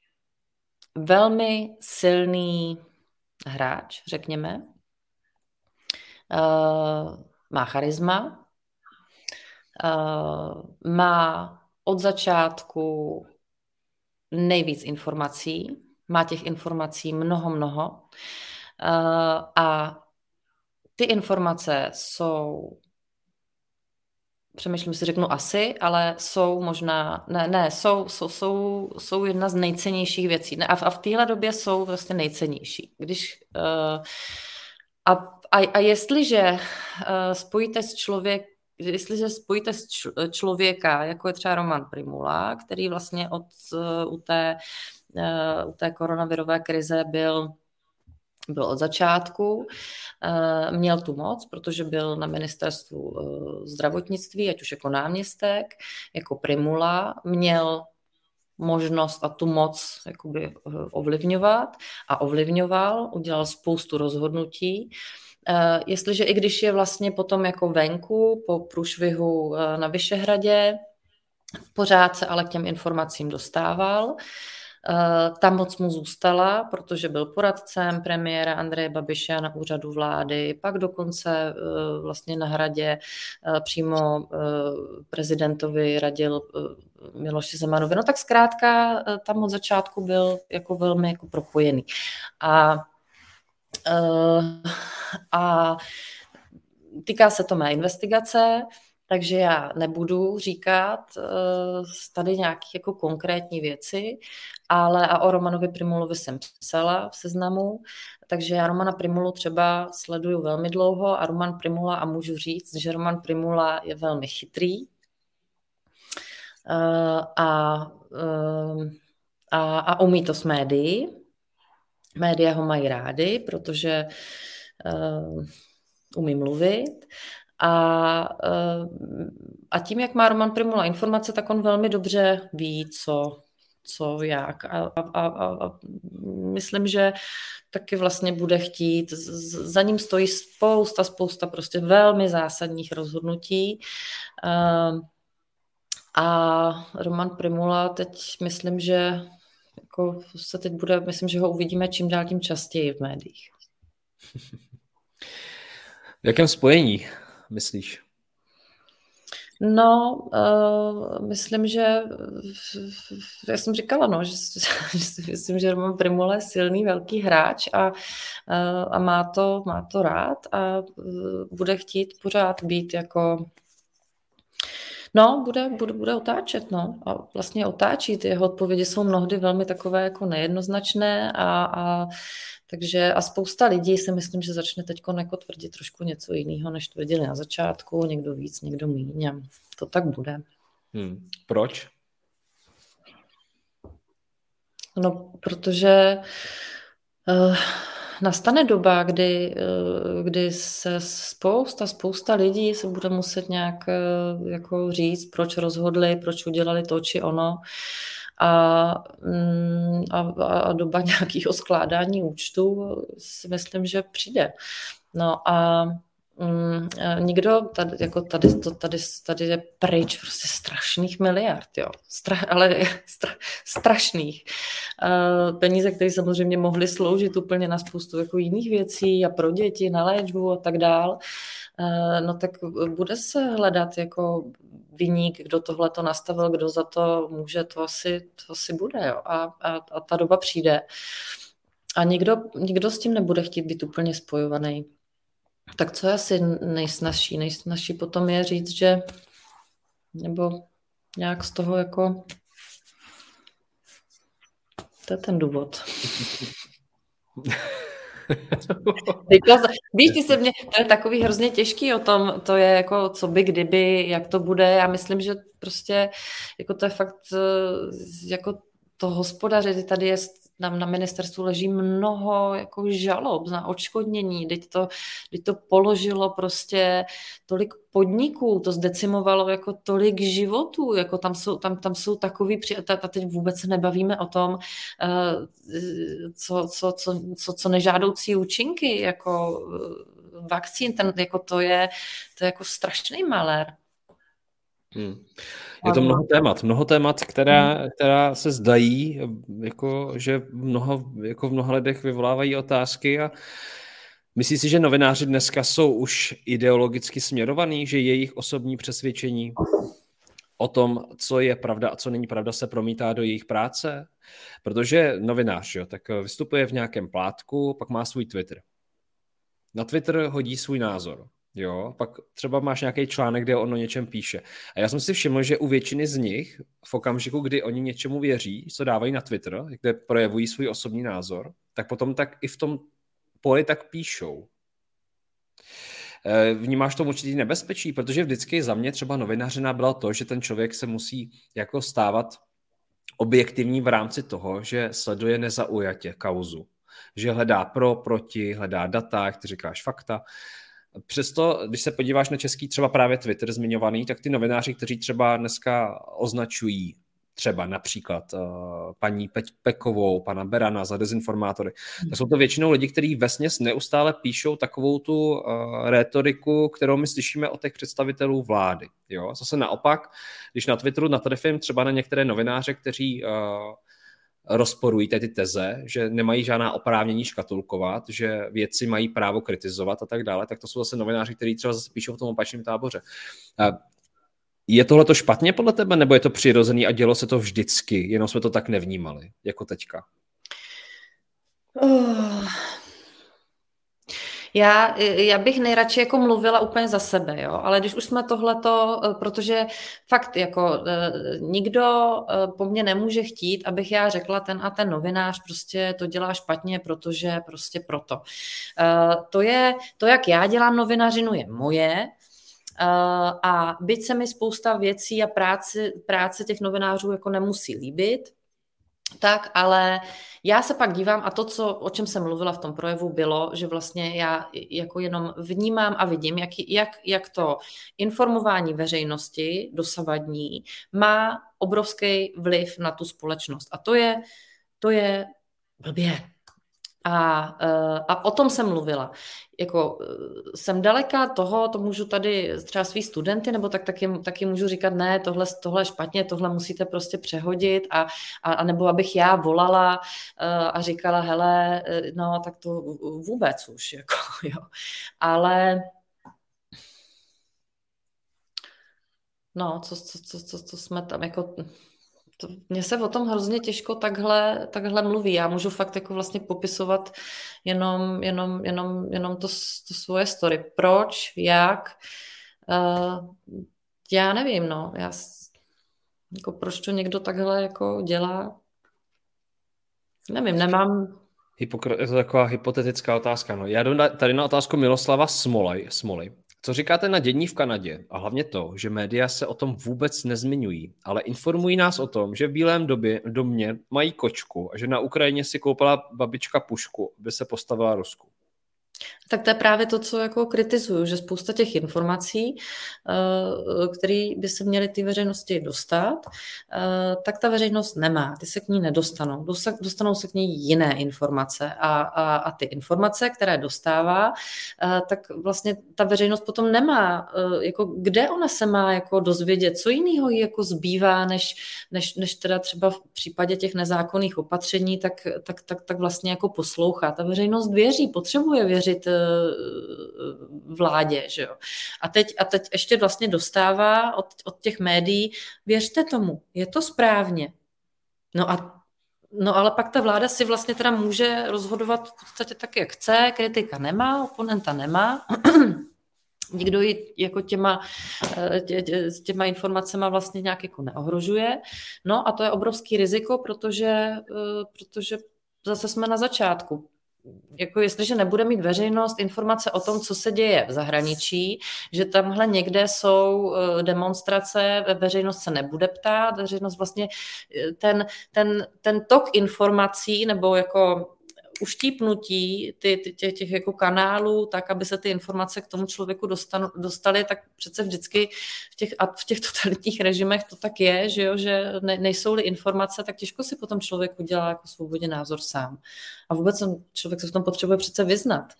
velmi silný hráč, řekněme. Uh, má charisma, uh, má od začátku nejvíc informací, má těch informací mnoho, mnoho uh, a ty informace jsou, přemýšlím si, řeknu asi, ale jsou možná, ne, ne, jsou, jsou, jsou, jsou jedna z nejcennějších věcí. Ne, a v, a v téhle době jsou vlastně nejcennější. Když, uh, a, a, a jestliže uh, spojíte s člověk, jestliže spojíte s č, člověka, jako je třeba Roman Prymula, který vlastně od, uh, u, té, uh, u té koronavirové krize byl byl od začátku, měl tu moc, protože byl na ministerstvu zdravotnictví, ať už jako náměstek, jako Prymula, měl možnost a tu moc jakoby ovlivňovat a ovlivňoval, udělal spoustu rozhodnutí. Jestliže i když je vlastně potom jako venku po průšvihu na Vyšehradě, pořád se ale k těm informacím dostával. Ta moc mu zůstala, protože byl poradcem premiéra Andreje Babiše na úřadu vlády, pak dokonce vlastně na Hradě přímo prezidentovi radil Miloši Zemanovi. No tak zkrátka tam od začátku byl jako velmi jako propojený. A, a týká se to mé investigace, takže já nebudu říkat uh, tady nějaké jako konkrétní věci, ale a o Romanovi Prymulovi jsem psala v Seznamu, takže já Romana Prymulu třeba sleduju velmi dlouho a Roman Prymula, a můžu říct, že Roman Prymula je velmi chytrý uh, a, uh, a, a umí to s médií. Média ho mají rády, protože uh, umí mluvit. A, a tím, jak má Roman Prymula informace, tak on velmi dobře ví, co, co jak. A, a, a, a myslím, že taky vlastně bude chtít. Za ním stojí spousta, spousta prostě velmi zásadních rozhodnutí. A Roman Prymula teď myslím, že jako se teď bude, myslím, že ho uvidíme čím dál tím častěji v médiích. V jakém spojení myslíš? No, uh, myslím, že já jsem říkala, no, že, že si myslím, že Roman Prymula je silný, velký hráč a, uh, a má, to, má to rád a uh, bude chtít pořád být jako No, bude, bude, bude otáčet, no. A vlastně otáčí. Ty jeho odpovědi jsou mnohdy velmi takové jako nejednoznačné a, a takže a spousta lidí si myslím, že začne teď jako tvrdit trošku něco jiného, než tvrdili na začátku, někdo víc, někdo míň a to tak bude. Hmm. Proč? No, protože uh, nastane doba, kdy, uh, kdy se spousta, spousta lidí se bude muset nějak uh, jako říct, proč rozhodli, proč udělali to či ono. A, a, a doba nějakého skládání účtu si myslím, že přijde. No a mm, nikdo tady, jako tady, to, tady, tady je pryč prostě strašných miliard, jo. Stra, ale stra, strašných. Uh, peníze, které samozřejmě mohly sloužit úplně na spoustu jako jiných věcí a pro děti, na léčbu a tak dál. Uh, no tak bude se hledat jako viník, kdo tohle to nastavil, kdo za to může, to asi, to asi bude, jo. A, a, a ta doba přijde. A nikdo, nikdo s tím nebude chtít být úplně spojovaný. Tak co je asi nejsnažší? Nejsnažší potom je říct, že nebo nějak z toho jako to je ten důvod. Víš, ty se mě, to je takový hrozně těžký o tom, to je jako co by, kdyby, jak to bude. Já myslím, že prostě jako to je fakt jako to hospodařit, tady je nám na ministerstvu leží mnoho jako žalob na odškodnění, teď to, teď to položilo prostě tolik podniků, to zdecimovalo jako tolik životů, jako tam jsou, tam, tam jsou takový, a teď vůbec se nebavíme o tom, co, co, co, co, co nežádoucí účinky, jako vakcín, ten, jako to je, to je jako strašný malér. Hmm. Je to mnoho témat, mnoho témat, která, která se zdají, jako, že mnoho, jako v mnoha lidech vyvolávají otázky a myslíš si, že novináři dneska jsou už ideologicky směrovaní, že jejich osobní přesvědčení o tom, co je pravda a co není pravda, se promítá do jejich práce? Protože novinář, jo, tak vystupuje v nějakém plátku, pak má svůj Twitter. Na Twitter hodí svůj názor. Jo, pak třeba máš nějaký článek, kde on o něčem píše. A já jsem si všiml, že u většiny z nich v okamžiku, kdy oni něčemu věří, co dávají na Twitter, kde projevují svůj osobní názor, tak potom tak i v tom poli tak píšou. Vnímáš to určitý nebezpečí, protože vždycky za mě třeba novinářina byla to, že ten člověk se musí jako stávat objektivní v rámci toho, že sleduje nezaujatě kauzu. Že hledá pro, proti, hledá data, jak ty říkáš, fakta. Přesto, když se podíváš na český třeba právě Twitter zmiňovaný, tak ty novináři, kteří třeba dneska označují třeba například uh, paní Pe- Pekovou, pana Berana za dezinformátory, tak jsou to většinou lidi, kteří vesměs neustále píšou takovou tu uh, rétoriku, kterou my slyšíme od těch představitelů vlády. Jo? Zase naopak, když na Twitteru natrefím třeba na některé novináře, kteří uh, rozporují ty teze, že nemají žádná oprávnění škatulkovat, že vědci mají právo kritizovat a tak dále, tak to jsou zase novináři, kteří třeba zase píšou v tom opačném táboře. Je tohle to špatně podle tebe, nebo je to přirozený a dělo se to vždycky, jenom jsme to tak nevnímali, jako teďka? Uh. Já, já bych nejradši jako mluvila úplně za sebe, jo? Ale když už jsme tohleto, protože fakt jako nikdo po mně nemůže chtít, abych já řekla, ten a ten novinář prostě to dělá špatně, protože prostě proto. To je, to jak já dělám novinařinu, je moje. A byť se mi spousta věcí a práce, práce těch novinářů jako nemusí líbit, tak, ale já se pak dívám a to, co, o čem jsem mluvila v tom projevu, bylo, že vlastně já jako jenom vnímám a vidím, jak, jak, jak to informování veřejnosti dosavadní má obrovský vliv na tu společnost. A to je, to je blbě. A, a o tom jsem mluvila. Jako, jsem daleka toho, to můžu tady třeba svý studenty, nebo tak taky, taky můžu říkat, ne, tohle, tohle je špatně, tohle musíte prostě přehodit a, a, a nebo abych já volala a říkala, hele, no tak to vůbec už, jako, jo. Ale no, co, co, co, co, co jsme tam, jako to, mně se o tom hrozně těžko takhle, takhle mluví. Já můžu fakt jako vlastně popisovat jenom, jenom, jenom, jenom to, to svoje story. Proč, jak, uh, Já nevím, no. Já, jako proč to někdo takhle jako dělá? Nevím, nemám... Hypokr- je to taková hypotetická otázka. No. Já jdu tady na otázku Miloslava Smolej, Smoly. Co říkáte na dění v Kanadě? A hlavně to, že média se o tom vůbec nezmiňují, ale informují nás o tom, že v Bílém době, domě mají kočku a že na Ukrajině si koupila babička pušku, aby se postavila Rusku. Tak to je právě to, co jako kritizuju, že spousta těch informací, které by se měly té veřejnosti dostat, tak ta veřejnost nemá, ty se k ní nedostanou. Dostanou se k ní jiné informace a, a, a ty informace, které dostává, tak vlastně ta veřejnost potom nemá, jako kde ona se má jako dozvědět, co jiného jí jako zbývá, než, než, než teda třeba v případě těch nezákonných opatření, tak, tak, tak, tak vlastně jako poslouchá. Ta veřejnost věří, potřebuje věřit vládě, že jo. A teď, a teď ještě vlastně dostává od, od těch médií, věřte tomu, je to správně. No a no ale pak ta vláda si vlastně teda může rozhodovat v podstatě tak, jak chce, kritika nemá, oponenta nemá, nikdo ji jako těma, tě, tě, těma informacema vlastně nějak jako neohrožuje. No a to je obrovský riziko, protože, protože zase jsme na začátku. Jako jestliže nebude mít veřejnost informace o tom, co se děje v zahraničí, že tamhle někde jsou demonstrace, veřejnost se nebude ptát, veřejnost vlastně ten, ten, ten tok informací nebo jako uštípnutí ty, ty, těch, těch jako kanálů, tak, aby se ty informace k tomu člověku dostanu, dostaly, tak přece vždycky v těch, a v těch totalitních režimech to tak je, že, jo, že ne, nejsou-li informace, tak těžko si potom člověk udělá jako svobodně názor sám. A vůbec člověk se v tom potřebuje přece vyznat.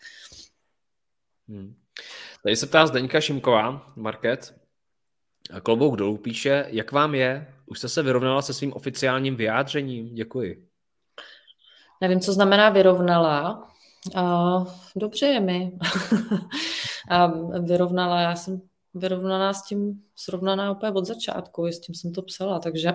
Hmm. Tady se ptá Zdeňka Šimková, Market. Klobouk dolů píše, jak vám je? Už jste se vyrovnala se svým oficiálním vyjádřením? Děkuji. Nevím, co znamená vyrovnala. Uh, dobře je mi. A vyrovnala, já jsem vyrovnaná s tím, srovnaná úplně od začátku, s tím jsem to psala, takže...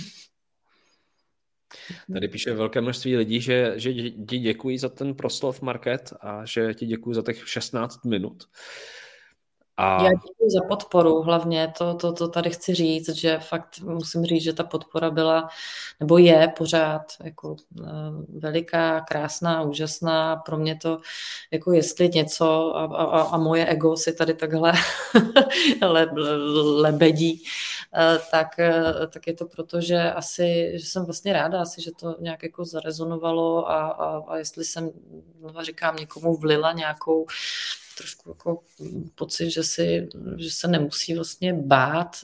Tady píše velké množství lidí, že, že ti děkují za ten proslov, Market, a že ti děkuji za těch šestnáct minut. A... Já děkuji za podporu, hlavně to, to, to tady chci říct, že fakt musím říct, že ta podpora byla, nebo je pořád jako veliká, krásná, úžasná. Pro mě to, jako jestli něco a, a, a moje ego si tady takhle le, lebedí, tak, tak je to proto, že asi, že jsem vlastně ráda, asi, že to nějak jako zarezonovalo a, a, a jestli jsem, říkám, někomu vlila nějakou trošku jako pocit, že, si, že se nemusí vlastně bát,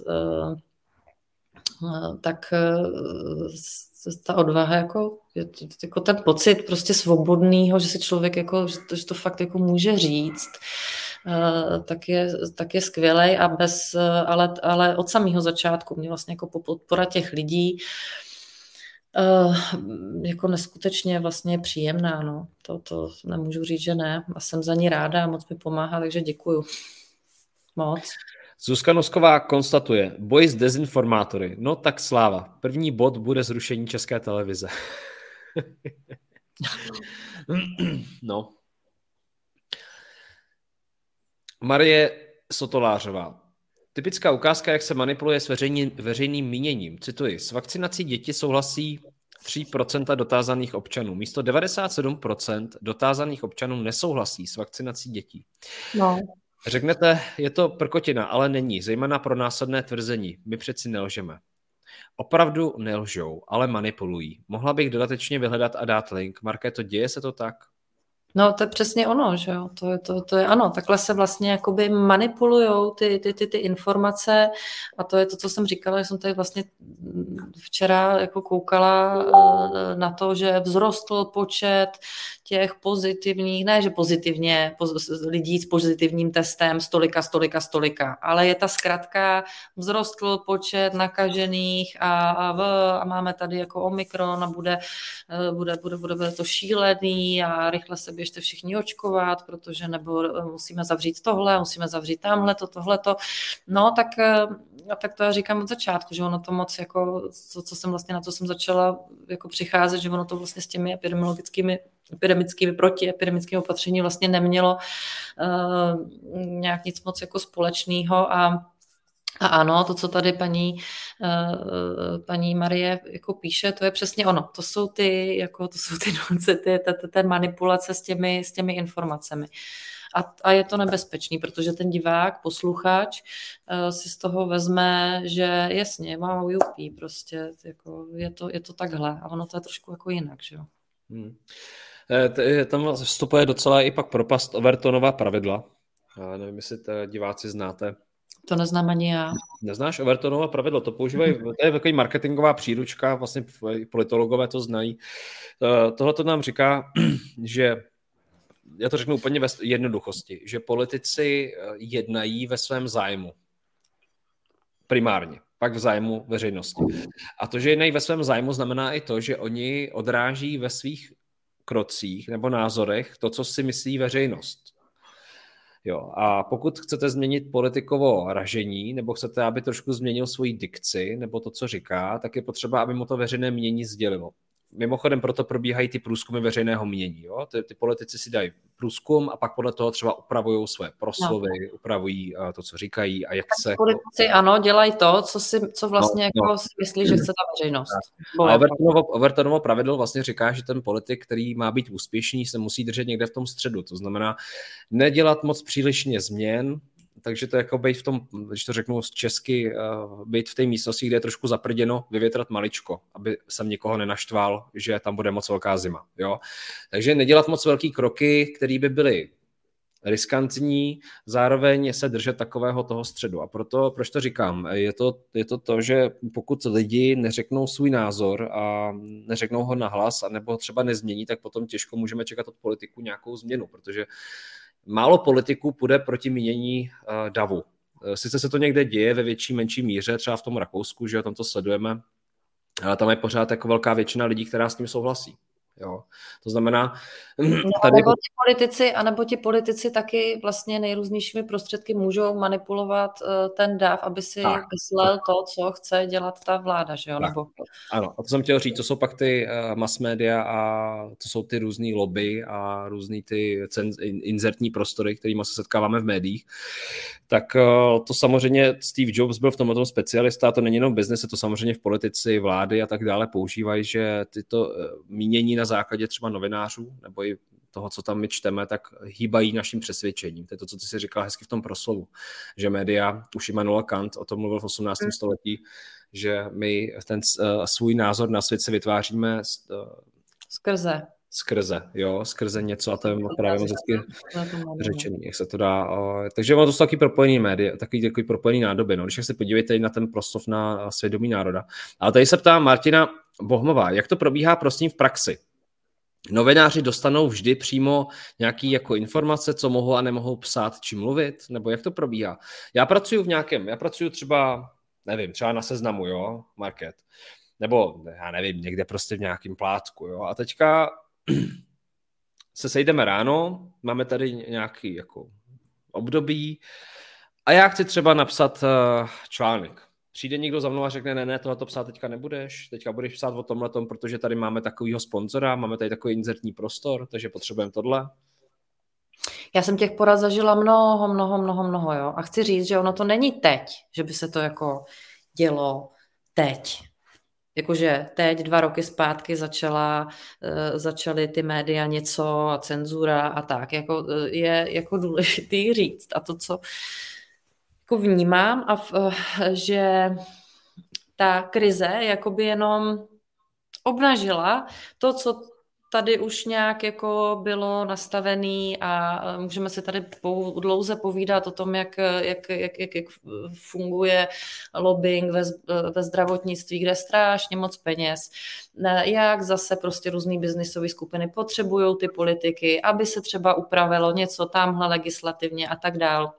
tak ta odvaha, jako, jako ten pocit prostě svobodného, že si člověk jako, že to, že to fakt jako může říct, tak je, tak je skvělej a bez, ale, ale od samého začátku mě vlastně jako podpora těch lidí Uh, jako neskutečně vlastně příjemná, no. To, to nemůžu říct, že ne. A jsem za ní ráda a moc mi pomáhá, takže děkuju. Moc. Zuzka Nosková konstatuje, boj s dezinformátory. No tak sláva. První bod bude zrušení České televize. No. Marie Sotolářová. Typická ukázka, jak se manipuluje s veřejný, veřejným míněním. Cituji, s vakcinací děti souhlasí tři procenta dotázaných občanů. Místo devadesát sedm procent dotázaných občanů nesouhlasí s vakcinací dětí. No. Řeknete, je to prkotina, ale není, zejména pro následné tvrzení. My přeci nelžeme. Opravdu nelžou, ale manipulují. Mohla bych dodatečně vyhledat a dát link. Markéto, děje se to tak? No to je přesně ono, že jo, to je, to, to je ano, takhle se vlastně jakoby manipulujou ty, ty, ty, ty informace a to je to, co jsem říkala, že jsem tady vlastně včera jako koukala na to, že vzrostl počet těch pozitivních, ne, že pozitivně, lidí s pozitivním testem stolika, stolika, stolika, ale je ta zkratka, vzrostl počet nakažených a, a, v, a máme tady jako Omikron a bude, bude, bude, bude, bude to šílený a rychle se běžte všichni očkovat, protože nebo musíme zavřít tohle, musíme zavřít tamhleto, tohleto. No, tak, tak to já říkám od začátku, že ono to moc jako, co, co jsem vlastně, na co jsem začala jako přicházet, že ono to vlastně s těmi epidemiologickými epidemickými, protiepidemickými opatření vlastně nemělo uh, nějak nic moc jako společného a A ano, to, co tady paní, paní Marie jako píše, to je přesně ono. To jsou ty, jako, to jsou ty nuance, ty, ty, ty manipulace s těmi, s těmi informacemi. A, a je to nebezpečný, protože ten divák, posluchač si z toho vezme, že jasně, wow, jupí, prostě jako je, to, je to takhle a ono to je trošku jako jinak, že jo. Hmm. Tam vstupuje docela i pak propast Overtonova pravidla. Já nevím, jestli to diváci znáte. To neznám ani já. Neznáš Overtonova pravidlo, to používají, to je takový marketingová příručka, vlastně politologové to znají. Tohle to nám říká, že, já to řeknu úplně ve jednoduchosti, že politici jednají ve svém zájmu. Primárně, pak v zájmu veřejnosti. A to, že jednají ve svém zájmu, znamená i to, že oni odráží ve svých krocích nebo názorech to, co si myslí veřejnost. Jo, a pokud chcete změnit politikovo ražení, nebo chcete, aby trošku změnil svoji dikci, nebo to, co říká, tak je potřeba, aby mu to veřejné mínění sdělilo. Mimochodem proto probíhají ty průzkumy veřejného mínění. Jo? Ty, ty politici si dají průzkum a pak podle toho třeba upravují své proslovy, no. upravují uh, to, co říkají a jak tak se... Politici ano, dělají to, co, si, co vlastně no, jako no. si myslí, že chce ta veřejnost. A Overtonovo, Overtonovo pravidlo vlastně říká, že ten politik, který má být úspěšný, se musí držet někde v tom středu. To znamená nedělat moc přílišně změn, takže to jako být v tom, když to řeknu z česky, uh, být v té místnosti, kde je trošku zaprděno, vyvětrat maličko, aby jsem někoho nenaštval, že tam bude moc velká zima. Jo? Takže nedělat moc velký kroky, které by byly riskantní, zároveň se držet takového toho středu. A proto, proč to říkám, je to, je to to, že pokud lidi neřeknou svůj názor a neřeknou ho nahlas, anebo třeba nezmění, tak potom těžko můžeme čekat od politiků nějakou změnu, protože málo politiků půjde proti mínění uh, davu. Sice se to někde děje ve větší, menší míře, třeba v tom Rakousku, že tam to sledujeme, ale tam je pořád jako velká většina lidí, která s tím souhlasí. Jo. To znamená... No, tady... Nebo ti politici, anebo ti politici taky vlastně nejrůznějšími prostředky můžou manipulovat uh, ten dav, aby si myslel to, co chce dělat ta vláda, že jo? Nebo... Ano, a to jsem chtěl říct, to jsou pak ty uh, mass media a to jsou ty různý lobby a různý ty cen- inzertní prostory, kterými se setkáváme v médiích. Tak uh, to samozřejmě Steve Jobs byl v tomto specialista, a to není jenom v biznesu, to samozřejmě v politici, vlády a tak dále používají, že tyto uh, mínění na základě třeba novinářů nebo i toho, co tam my čteme, tak hýbají naším přesvědčením. To je to, co ty jsi říkala hezky v tom proslovu, že média, už Immanuel Kant o tom mluvil v osmnáctém Mm. století, že my ten uh, svůj názor na svět se vytváříme uh, skrze. Skrze, jo, skrze něco a to je právě moc hezky řečený, jak se to dá. Uh, takže ono to jsou taky propojený média, taky takový propojený nádoby, no, když se podívejte na ten proslov na svědomí národa. Ale tady se ptá Martina Bohmová, jak to probíhá prosím v praxi? Novináři dostanou vždy přímo nějaký jako informace, co mohou a nemohou psát či mluvit, nebo jak to probíhá? Já pracuji v nějakém, já pracuji třeba, nevím, třeba na Seznamu, jo, Market, nebo já nevím, někde prostě v nějakém plátku, jo, a teďka se sejdeme ráno, máme tady nějaký jako období a já chci třeba napsat uh, článek. Přijde někdo za mnou a řekne, ne, ne, tohleto psát teďka nebudeš, teďka budeš psát o tomhletom, protože tady máme takovýho sponzora, máme tady takový inzertní prostor, takže potřebujeme tohle. Já jsem těch porad zažila mnoho, mnoho, mnoho, mnoho, jo. A chci říct, že ono to není teď, že by se to jako dělo teď. Jakože teď, dva roky zpátky začala, uh, začaly ty média něco a cenzura a tak. Jako, je jako důležitý říct. A to, co jako vnímám, a v, uh, že ta krize jakoby jenom obnažila to, co tady už nějak jako bylo nastavený a můžeme si tady dlouze povídat o tom, jak, jak, jak, jak, jak funguje lobbying ve, ve zdravotnictví, kde je strašně moc peněz, jak zase prostě různý biznisové skupiny potřebují ty politiky, aby se třeba upravilo něco tamhle legislativně a tak dál.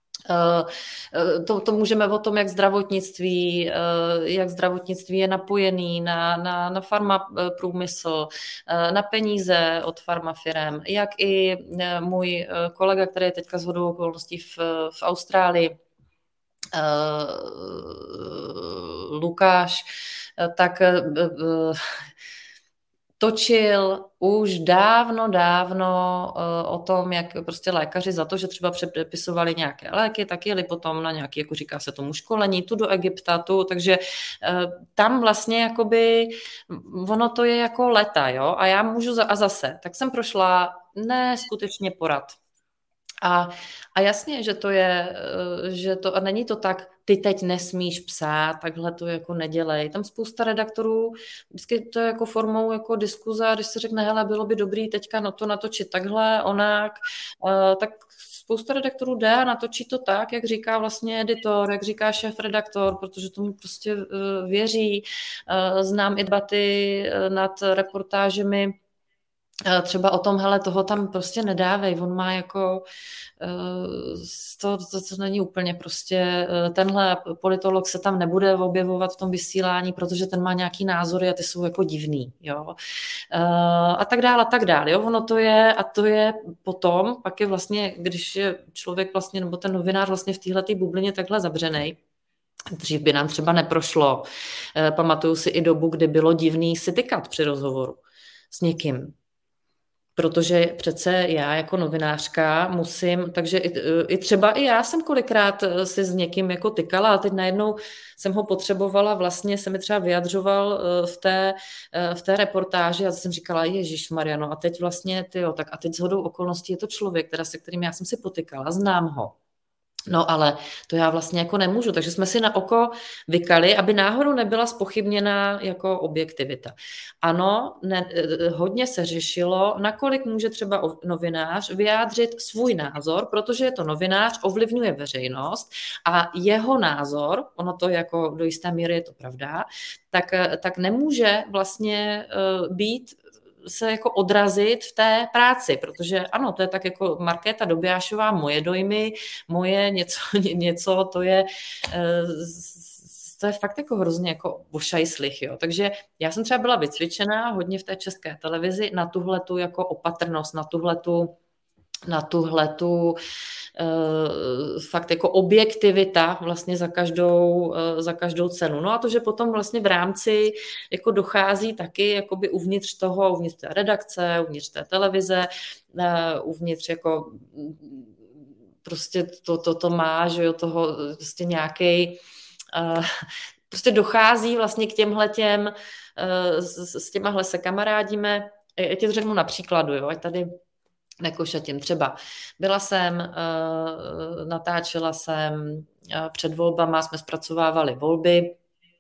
To, to můžeme o tom, jak zdravotnictví, jak zdravotnictví je napojený na, na, na farmaprůmysl, na peníze od farmafirem, jak i můj kolega, který je teďka shodou okolností v, v Austrálii, Lukáš, tak točil už dávno, dávno o tom, jak prostě lékaři za to, že třeba předepisovali nějaké léky, tak jeli potom na nějaké, jako říká se tomu, školení, tu do Egypta, tu, takže tam vlastně jakoby, ono to je jako leta, jo, a já můžu, za, a zase, tak jsem prošla neskutečně porad. A, a jasně, že to je, že to, a není to tak, ty teď nesmíš psát, takhle to jako nedělej. Tam spousta redaktorů, vždycky to je jako formou jako diskuze, když se řekne, hele, bylo by dobrý teďka na to natočit takhle, onak, tak spousta redaktorů jde a natočí to tak, jak říká vlastně editor, jak říká šéf-redaktor, protože tomu prostě věří. Znám i debaty nad reportážemi, třeba o tom, hele, toho tam prostě nedávej, on má jako, to, to, to není úplně prostě, tenhle politolog se tam nebude objevovat v tom vysílání, protože ten má nějaký názory a ty jsou jako divný, jo, a tak dále, a tak dále, jo, ono to je, a to je potom, pak je vlastně, když je člověk vlastně, nebo ten novinář vlastně v téhletý bublině takhle zavřenej, dřív by nám třeba neprošlo, pamatuju si i dobu, kdy bylo divný si tykat při rozhovoru s někým. Protože přece já jako novinářka musím, takže i, i třeba i já jsem kolikrát si s někým jako tykala, ale teď najednou jsem ho potřebovala, vlastně se mi třeba vyjadřoval v té, v té reportáži a jsem říkala, ježišmarja, no a teď vlastně, tyjo, tak a teď shodou okolností je to člověk, teda se kterým já jsem si potykala, znám ho. No ale to já vlastně jako nemůžu, takže jsme si na oko vykali, aby náhodou nebyla zpochybněna jako objektivita. Ano, ne, hodně se řešilo, nakolik může třeba novinář vyjádřit svůj názor, protože je to novinář, ovlivňuje veřejnost a jeho názor, ono to jako do jisté míry je to pravda, tak, tak nemůže vlastně být se jako odrazit v té práci, protože ano, to je tak jako Markéta Dobiášová, moje dojmy, moje něco, něco to je to je fakt jako hrozně jako ošajslich, jo. Takže já jsem třeba byla vycvičená hodně v té České televizi na tuhletu jako opatrnost, na tuhletu na tuhletu uh, fakt jako objektivita vlastně za každou, uh, za každou cenu. No a to, že potom vlastně v rámci jako dochází taky jakoby uvnitř toho, uvnitř té redakce, uvnitř té televize, uh, uvnitř jako prostě to, to, to má, že jo, toho prostě nějakej uh, prostě dochází vlastně k těmhletěm uh, s, s těmahle se kamarádíme. Já ti to řeknu na příkladu, jo, ať tady nekošatím. Třeba byla jsem, natáčela jsem před volbama, jsme zpracovávali volby,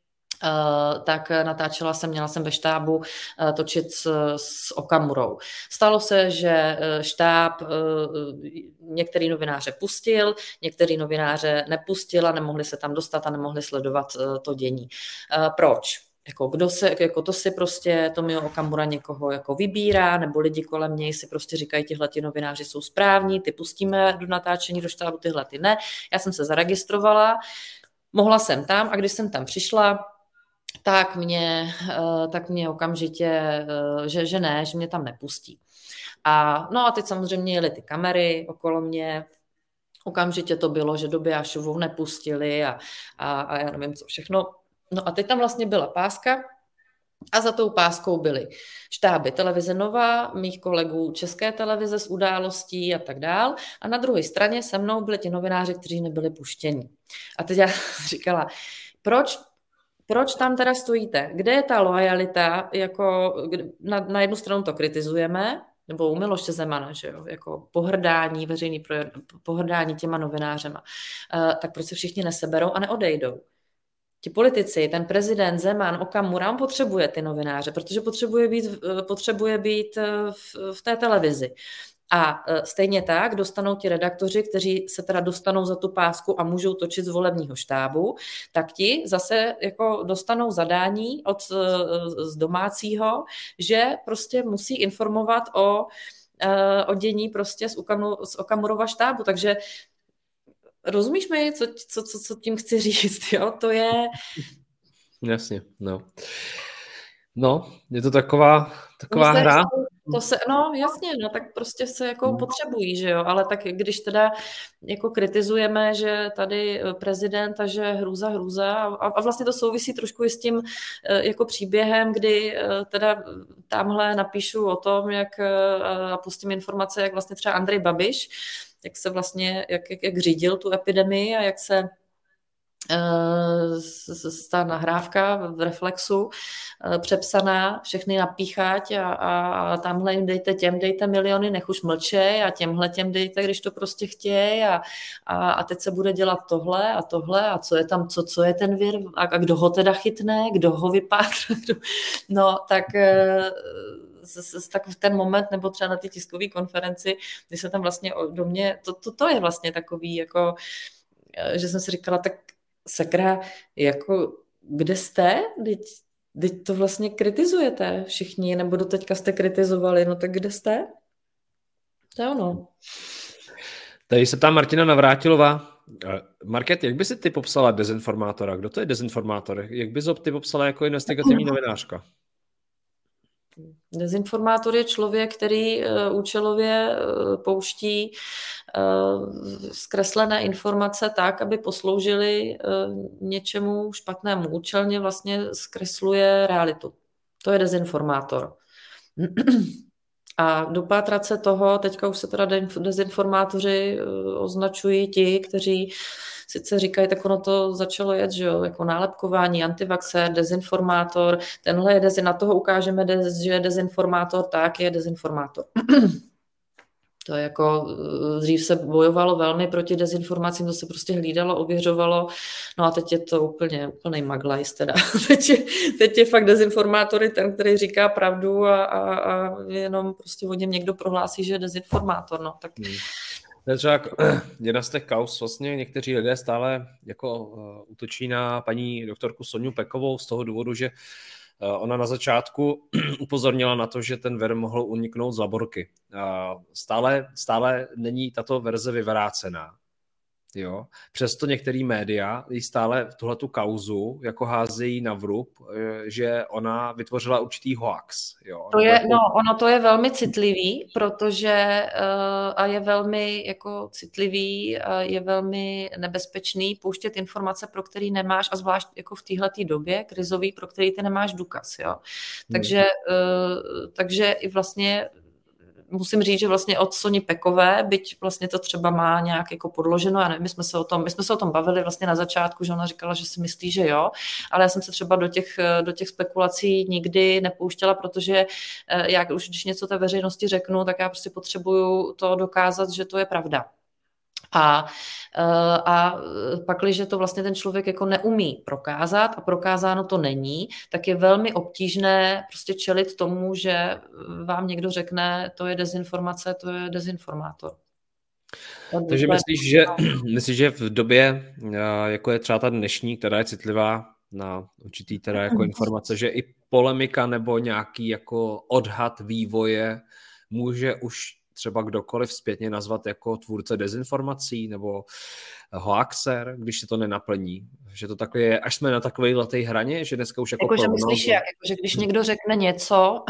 tak natáčela jsem, měla jsem ve štábu točit s, s Okamurou. Stalo se, že štáb některý novináře pustil, některý novináře nepustil a nemohli se tam dostat a nemohli sledovat to dění. Proč? Jako, kdo se, jako to si prostě Tomio Okamura někoho jako vybírá, nebo lidi kolem něj si prostě říkají, tyhle ti novináři jsou správní, ty pustíme do natáčení do štábu, tyhle ty ne. Já jsem se zaregistrovala, mohla jsem tam a když jsem tam přišla, tak mě, tak mě okamžitě, že, že ne, že mě tam nepustí. A, no a teď samozřejmě jeli ty kamery okolo mě, okamžitě to bylo, že Dobiášovou nepustili a, a, a já nevím co všechno. No a teď tam vlastně byla páska a za tou páskou byly štáby televize Nova, mých kolegů České televize z událostí a tak dál. A na druhé straně se mnou byli ti novináři, kteří nebyli puštěni. A teď já říkala, proč, proč tam teda stojíte? Kde je ta loajalita? Jako, na, na jednu stranu to kritizujeme, nebo u Miloše Zemana, že jo, jako pohrdání, veřejný pohrdání těma novinářema. Uh, tak proč se všichni neseberou a neodejdou? Ti politici, ten prezident Zeman, Okamura, on potřebuje ty novináře, protože potřebuje být, potřebuje být v, v té televizi. A stejně tak dostanou ti redaktoři, kteří se teda dostanou za tu pásku a můžou točit z volebního štábu, tak ti zase jako dostanou zadání od z domácího, že prostě musí informovat o, o dění prostě z, Okamu, z Okamurova štábu. Takže rozumíš mi, co, co, co, co tím chci říct, jo? To je... Jasně, no. No, je to taková, taková hra. to se, no jasně, no tak prostě se jako potřebují, že jo, ale tak když teda jako kritizujeme, že tady prezident a že hrůza, hrůza a, a vlastně to souvisí trošku i s tím jako příběhem, kdy teda tamhle napíšu o tom, jak a pustím informace, jak vlastně třeba Andrej Babiš, jak se vlastně, jak, jak, jak řídil tu epidemii a jak se ta nahrávka v Reflexu přepsaná, všechny napíchať a, a, a tamhle jim dejte těm, dejte miliony, nech už mlčej a těmhle těm dejte, když to prostě chtějí a, a, a teď se bude dělat tohle a tohle a co je tam, co, co je ten vir a, a kdo ho teda chytne, kdo ho vypátří. No, tak tak v ten moment, nebo třeba na té tiskové konferenci, kdy se tam vlastně do mě, to, to, to je vlastně takový, jako, že jsem si říkala, tak sakra, jako, kde jste? Teď, teď to vlastně kritizujete všichni, nebo do teďka jste kritizovali, no tak kde jste? To je ono. Tady se ptá Martina Navrátilová. Market, jak by si ty popsala dezinformátora? Kdo to je dezinformátor? Jak bys ho ty popsala jako investigativní novinářka? Dezinformátor je člověk, který účelově pouští zkreslené informace tak, aby posloužily něčemu špatnému. Účelně vlastně zkresluje realitu. To je dezinformátor. A dopátrat se toho, teďka už se teda dezinformátoři označují ti, kteří sice říkají, tak ono to začalo jet, že jo, jako nálepkování, antivaxer, dezinformátor, tenhle je dezin, na toho ukážeme, že je dezinformátor, tak je dezinformátor. To je jako, dřív se bojovalo velmi proti dezinformacím, to se prostě hlídalo, ověřovalo, no a teď je to úplně, úplnej maglajs teda. teď, je, teď je fakt dezinformátor ten, který říká pravdu a, a, a jenom prostě o něm někdo prohlásí, že je dezinformátor, no tak... Hmm. To je třeba jedna z těch kauz, vlastně někteří lidé stále jako uh, útočí na paní doktorku Soňu Pekovou z toho důvodu, že uh, ona na začátku upozornila na to, že ten vir mohl uniknout z laborky. Uh, stále, stále není tato verze vyvrácená. Jo? Přesto některé média jí stále tuhletu kauzu jako házejí na vrub, že ona vytvořila určitý hoax. Jo? To je, no, ono to je velmi citlivý, protože uh, a je velmi jako citlivý a je velmi nebezpečný pouštět informace, pro který nemáš, a zvlášť jako v téhletý době krizový, pro který ty nemáš důkaz. Jo? Takže, uh, takže i vlastně musím říct, že vlastně od Soni Pekové, byť vlastně to třeba má nějak jako podloženo, já nevím, my jsme se o tom, my jsme se o tom bavili vlastně na začátku, že ona říkala, že si myslí, že jo, ale já jsem se třeba do těch, do těch spekulací nikdy nepouštěla, protože já už když něco té veřejnosti řeknu, tak já prostě potřebuju to dokázat, že to je pravda. A, a pakliže to vlastně ten člověk jako neumí prokázat a prokázáno to není, tak je velmi obtížné prostě čelit tomu, že vám někdo řekne, to je dezinformace, to je dezinformátor. Takže myslíš, že, myslíš, že v době, jako je třeba ta dnešní, která je citlivá na určitý teda jako informace, že i polemika nebo nějaký jako odhad vývoje může už třeba kdokoliv zpětně nazvat jako tvůrce dezinformací nebo hoaxer, když se to nenaplní. Že to takové je, až jsme na takové leté hraně, že dneska už jako... Jako, že myslíš jak? Jako, že když někdo řekne něco...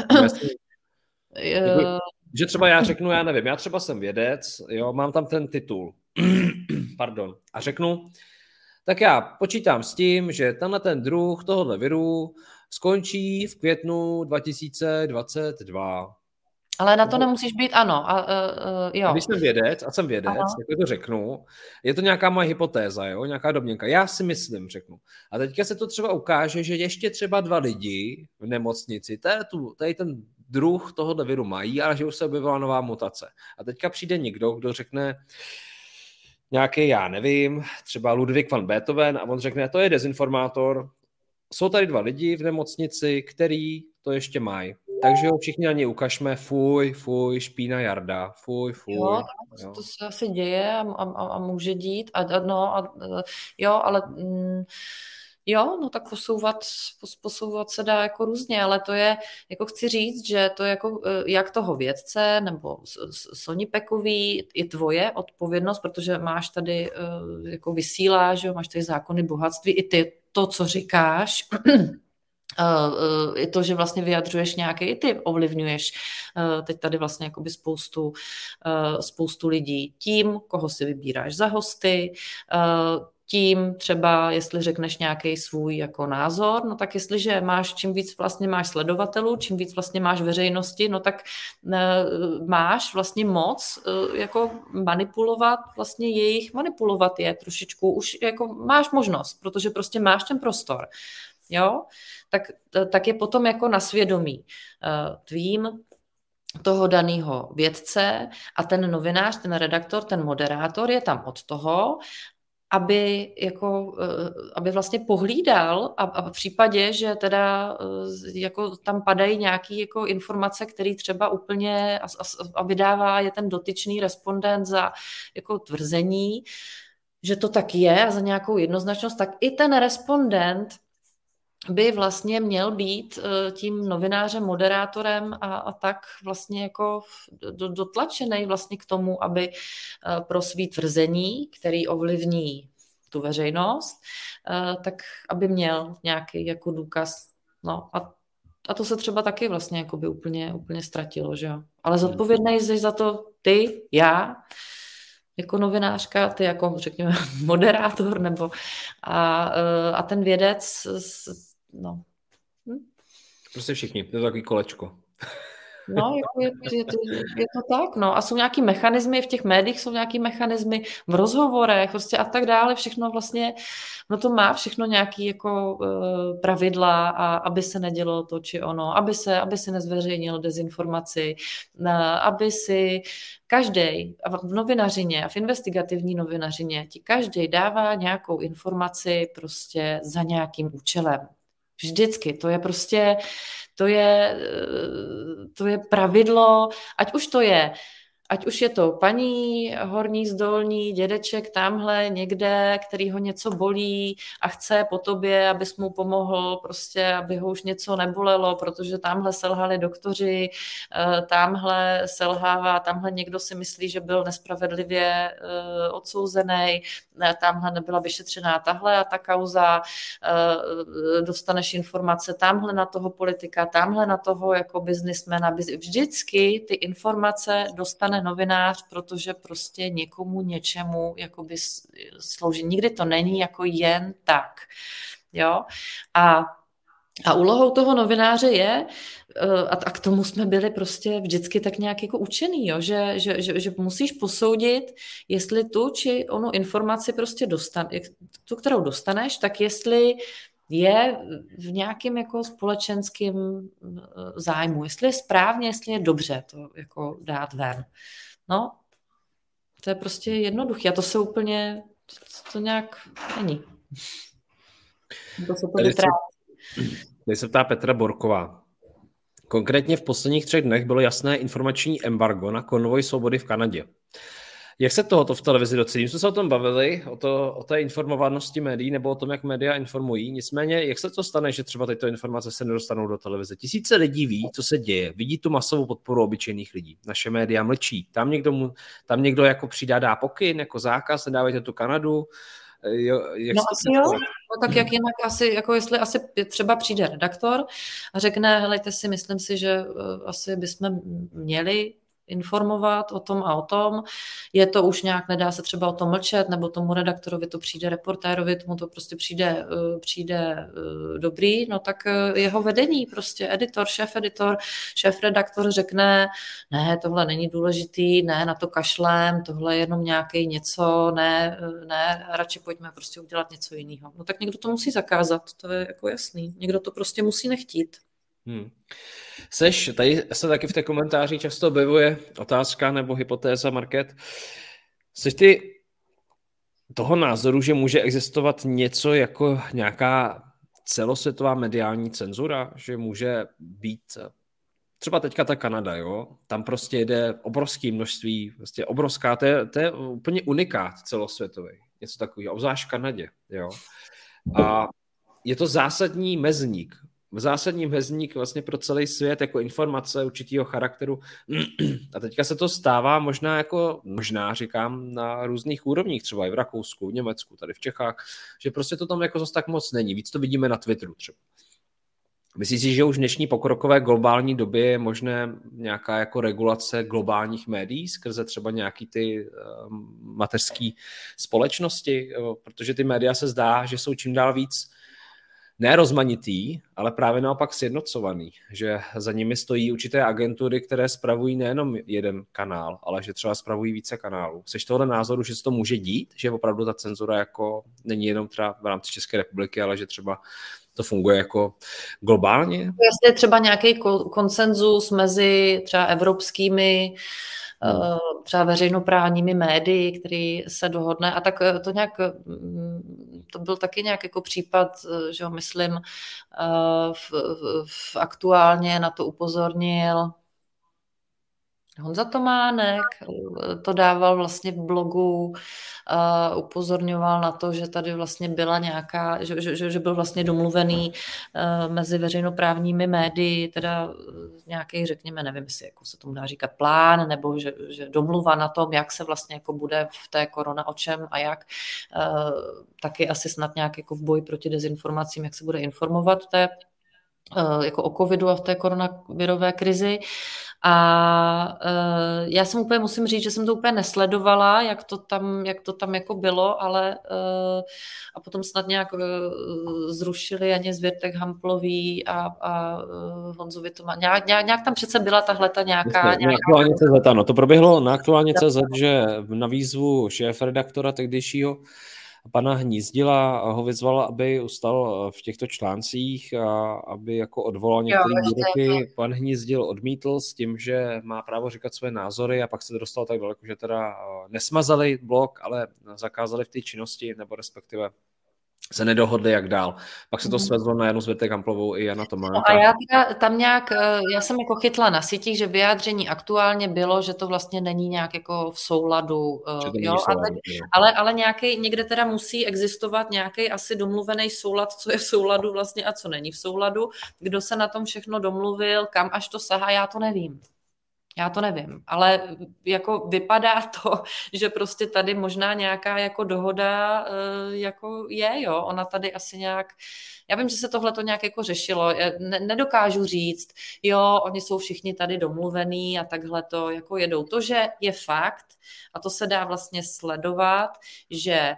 jako, že třeba já řeknu, já nevím, já třeba jsem vědec, jo, mám tam ten titul, pardon, a řeknu, tak já počítám s tím, že tenhle ten druh tohohle viru skončí v květnu dva tisíce dvacet dva. Ale na to nemusíš být, ano. A, uh, jo. Když jsem vědec, a jsem vědec, Aha. tak to řeknu, je to nějaká moje hypotéza, jo? Nějaká domněnka. Já si myslím, řeknu. A teďka se to třeba ukáže, že ještě třeba dva lidi v nemocnici, tady, tu, tady ten druh tohohle viru mají, ale že už se objevila nová mutace. A teďka přijde někdo, kdo řekne nějaký, já nevím, třeba Ludwig van Beethoven a on řekne, to je dezinformátor, jsou tady dva lidi v nemocnici, který to ještě mají. Takže ho všichni na něj ukažme, fuj, fuj, špína Jarda, fuj, fuj. Jo, jo. To se asi děje a, a, a může dít. A, a, no, a, jo, ale mm, jo, no tak posouvat, posouvat se dá jako různě, ale to je, jako chci říct, že to je jako jak toho vědce nebo Soni Pekový, je tvoje odpovědnost, protože máš tady jako vysíláš, že máš tady zákony bohatství, i ty to, co říkáš, je to, že vlastně vyjadřuješ nějaké, i ty ovlivňuješ teď tady vlastně jakoby spoustu, spoustu lidí tím, koho si vybíráš za hosty, tím třeba, jestli řekneš nějaký svůj jako názor, no tak jestliže máš, čím víc vlastně máš sledovatelů, čím víc vlastně máš veřejnosti, no tak máš vlastně moc jako manipulovat vlastně jejich, manipulovat je trošičku, už jako máš možnost, protože prostě máš ten prostor. Jo, tak, tak je potom jako na svědomí tvým toho daného vědce a ten novinář, ten redaktor, ten moderátor je tam od toho, aby, jako, aby vlastně pohlídal a, a v případě, že teda jako tam padají nějaké jako informace, které třeba úplně a, a, a vydává je ten dotyčný respondent za jako tvrzení, že to tak je a za nějakou jednoznačnost, tak i ten respondent by vlastně měl být tím novinářem, moderátorem a, a tak vlastně jako do, dotlačený vlastně k tomu, aby pro svý tvrzení, který ovlivní tu veřejnost, tak aby měl nějaký jako důkaz. No a, a to se třeba taky vlastně jako by úplně, úplně ztratilo, že jo. Ale zodpovědný jsi za to ty, já, jako novinářka, ty jako, řekněme, moderátor, nebo a, a ten vědec, no. Hm? Prostě všichni, to je takový kolečko. No, jako je, je, je, je to tak, no. A jsou nějaký mechanismy, v těch médiích jsou nějaký mechanismy, v rozhovorech prostě a tak dále, všechno vlastně, no to má všechno nějaký jako uh, pravidla, a aby se nedělo to či ono, aby se, aby se nezveřejnil dezinformaci, uh, aby si každý v novinařině a v investigativní novinařině ti každý dává nějakou informaci prostě za nějakým účelem. Vždycky, to je prostě, to je, to je pravidlo, ať už to je, ať už je to paní horní zdolní, dědeček tamhle někde, který ho něco bolí a chce po tobě, abys mu pomohl, prostě, aby ho už něco nebolelo, protože tamhle selhali doktoři, tamhle selhává, tamhle někdo si myslí, že byl nespravedlivě odsouzený, tamhle nebyla vyšetřená tahle a ta kauza, dostaneš informace tamhle na toho politika, tamhle na toho jako biznismena. Vždycky ty informace dostane novinář, protože prostě někomu něčemu jakoby slouží. Nikdy to není jako jen tak. Jo? A A úlohou toho novináře je, a k tomu jsme byli prostě vždycky tak nějak jako učený, jo? Že, že, že, že musíš posoudit, jestli tu či onu informaci prostě dostan, tu, kterou dostaneš, tak jestli je v nějakém jako společenském zájmu, jestli je správně, jestli je dobře to jako dát ven. No, to je prostě jednoduché a to se úplně, to, to nějak není. To se to vytrácí. Tady se ptá Petra Borková. Konkrétně v posledních třech dnech bylo jasné informační embargo na konvoj svobody v Kanadě. Jak se tohoto v televizi docení? Jsme se o tom bavili, o, to, o té informovanosti médií nebo o tom, jak média informují. Nicméně, jak se to stane, že třeba tyto informace se nedostanou do televize? Tisíce lidí ví, co se děje. Vidí tu masovou podporu obyčejných lidí. Naše média mlčí. Tam někdo, mu, tam někdo jako přidá, dá pokyn, jako zákaz, nedávajte tu Kanadu. Jo, jak no asi jo, no, tak jak jinak asi, jako jestli asi třeba přijde redaktor a řekne, helejte si, myslím si, že asi bychom měli informovat o tom a o tom. Je to už nějak, nedá se třeba o tom mlčet, nebo tomu redaktorovi to přijde, reportérovi, tomu to prostě přijde, přijde dobrý, no tak jeho vedení, prostě editor, šéf-editor, šéf-redaktor řekne, ne, tohle není důležitý, ne, na to kašlem, tohle je jenom nějaký něco, ne, ne, radši pojďme prostě udělat něco jiného. No tak někdo to musí zakázat, to je jako jasný. Někdo to prostě musí nechtít. Hmm. Seš, tady se taky v té komentáři často objevuje otázka nebo hypotéza, Market. Seš ty toho názoru, že může existovat něco jako nějaká celosvětová mediální cenzura, že může být třeba teďka ta Kanada, jo? Tam prostě jde obrovské množství, prostě obrovská, to je, to je úplně unikát celosvětový, něco takového, obzvlášť v Kanadě, jo? A je to zásadní mezník, zásadní mezník vlastně pro celý svět jako informace určitýho charakteru. A teďka se to stává možná jako, možná říkám, na různých úrovních, třeba i v Rakousku, v Německu, tady v Čechách, že prostě to tam jako zase tak moc není. Víc to vidíme na Twitteru třeba. Myslíš si, že už v dnešní pokrokové globální době je možné nějaká jako regulace globálních médií skrze třeba nějaký ty uh, mateřský společnosti? Uh, protože ty média se zdá, že jsou čím dál víc ne rozmanitý, ale právě naopak sjednocovaný, že za nimi stojí určité agentury, které spravují nejenom jeden kanál, ale že třeba spravují více kanálů. Seš tohle názoru, že se to může dít, že opravdu ta cenzura jako není jenom třeba v rámci České republiky, ale že třeba to funguje jako globálně? Jestli třeba nějaký konsenzus mezi třeba evropskými, hmm. třeba veřejnoprávními médii, který se dohodne. A tak to nějak, to byl taky nějak jako případ, že ho myslím, v, v, aktuálně na to upozornil Honza Tománek, to dával vlastně v blogu, uh, upozorňoval na to, že tady vlastně byla nějaká, že, že, že byl vlastně domluvený uh, mezi veřejnoprávními médii, teda nějaký, řekněme, nevím, jestli jako se tomu dá říkat plán, nebo že, že domluva na tom, jak se vlastně jako bude v té korona, o čem a jak, uh, taky asi snad nějak jako v boji proti dezinformacím, jak se bude informovat v té, uh, jako o covidu a v té koronavirové krizi. A uh, já jsem úplně, musím říct, že jsem to úplně nesledovala, jak to tam, jak to tam jako bylo, ale uh, a potom snad nějak uh, zrušili Janě Zvěrtek Hamplový a, a uh, Honzovi Tomá. Nějak, nějak, nějak tam přece byla tahleta nějaká... nějaká... Na aktuálně tečka cé zet, ano. To proběhlo na aktuálně tečka cé zet, že na výzvu šéfredaktora tehdejšího pana Hnízdila ho vyzval, aby ustal v těchto článcích a aby jako odvolal některé výroky. Pan Hnízdil odmítl s tím, že má právo říkat své názory a pak se to dostalo tak daleko, že teda nesmazali blog, ale zakázali v té činnosti, nebo respektive se nedohodli, jak dál. Pak se to svezlo na Janu Zvěrtek Hamplovou i Jana Tománka. No a já teda tam nějak, já jsem jako chytla na sítích, že vyjádření aktuálně bylo, že to vlastně není nějak jako v souladu, jo, souladu, ale, ale, ale nějaký, někde teda musí existovat nějaký asi domluvený soulad, co je v souladu vlastně a co není v souladu. Kdo se na tom všechno domluvil, kam až to sahá, já to nevím. Já to nevím, ale jako vypadá to, že prostě tady možná nějaká jako dohoda jako je, jo, ona tady asi nějak, já vím, že se tohle to nějak jako řešilo, ne, nedokážu říct, jo, oni jsou všichni tady domluvení a takhle to jako jedou. To, že je fakt, a to se dá vlastně sledovat, že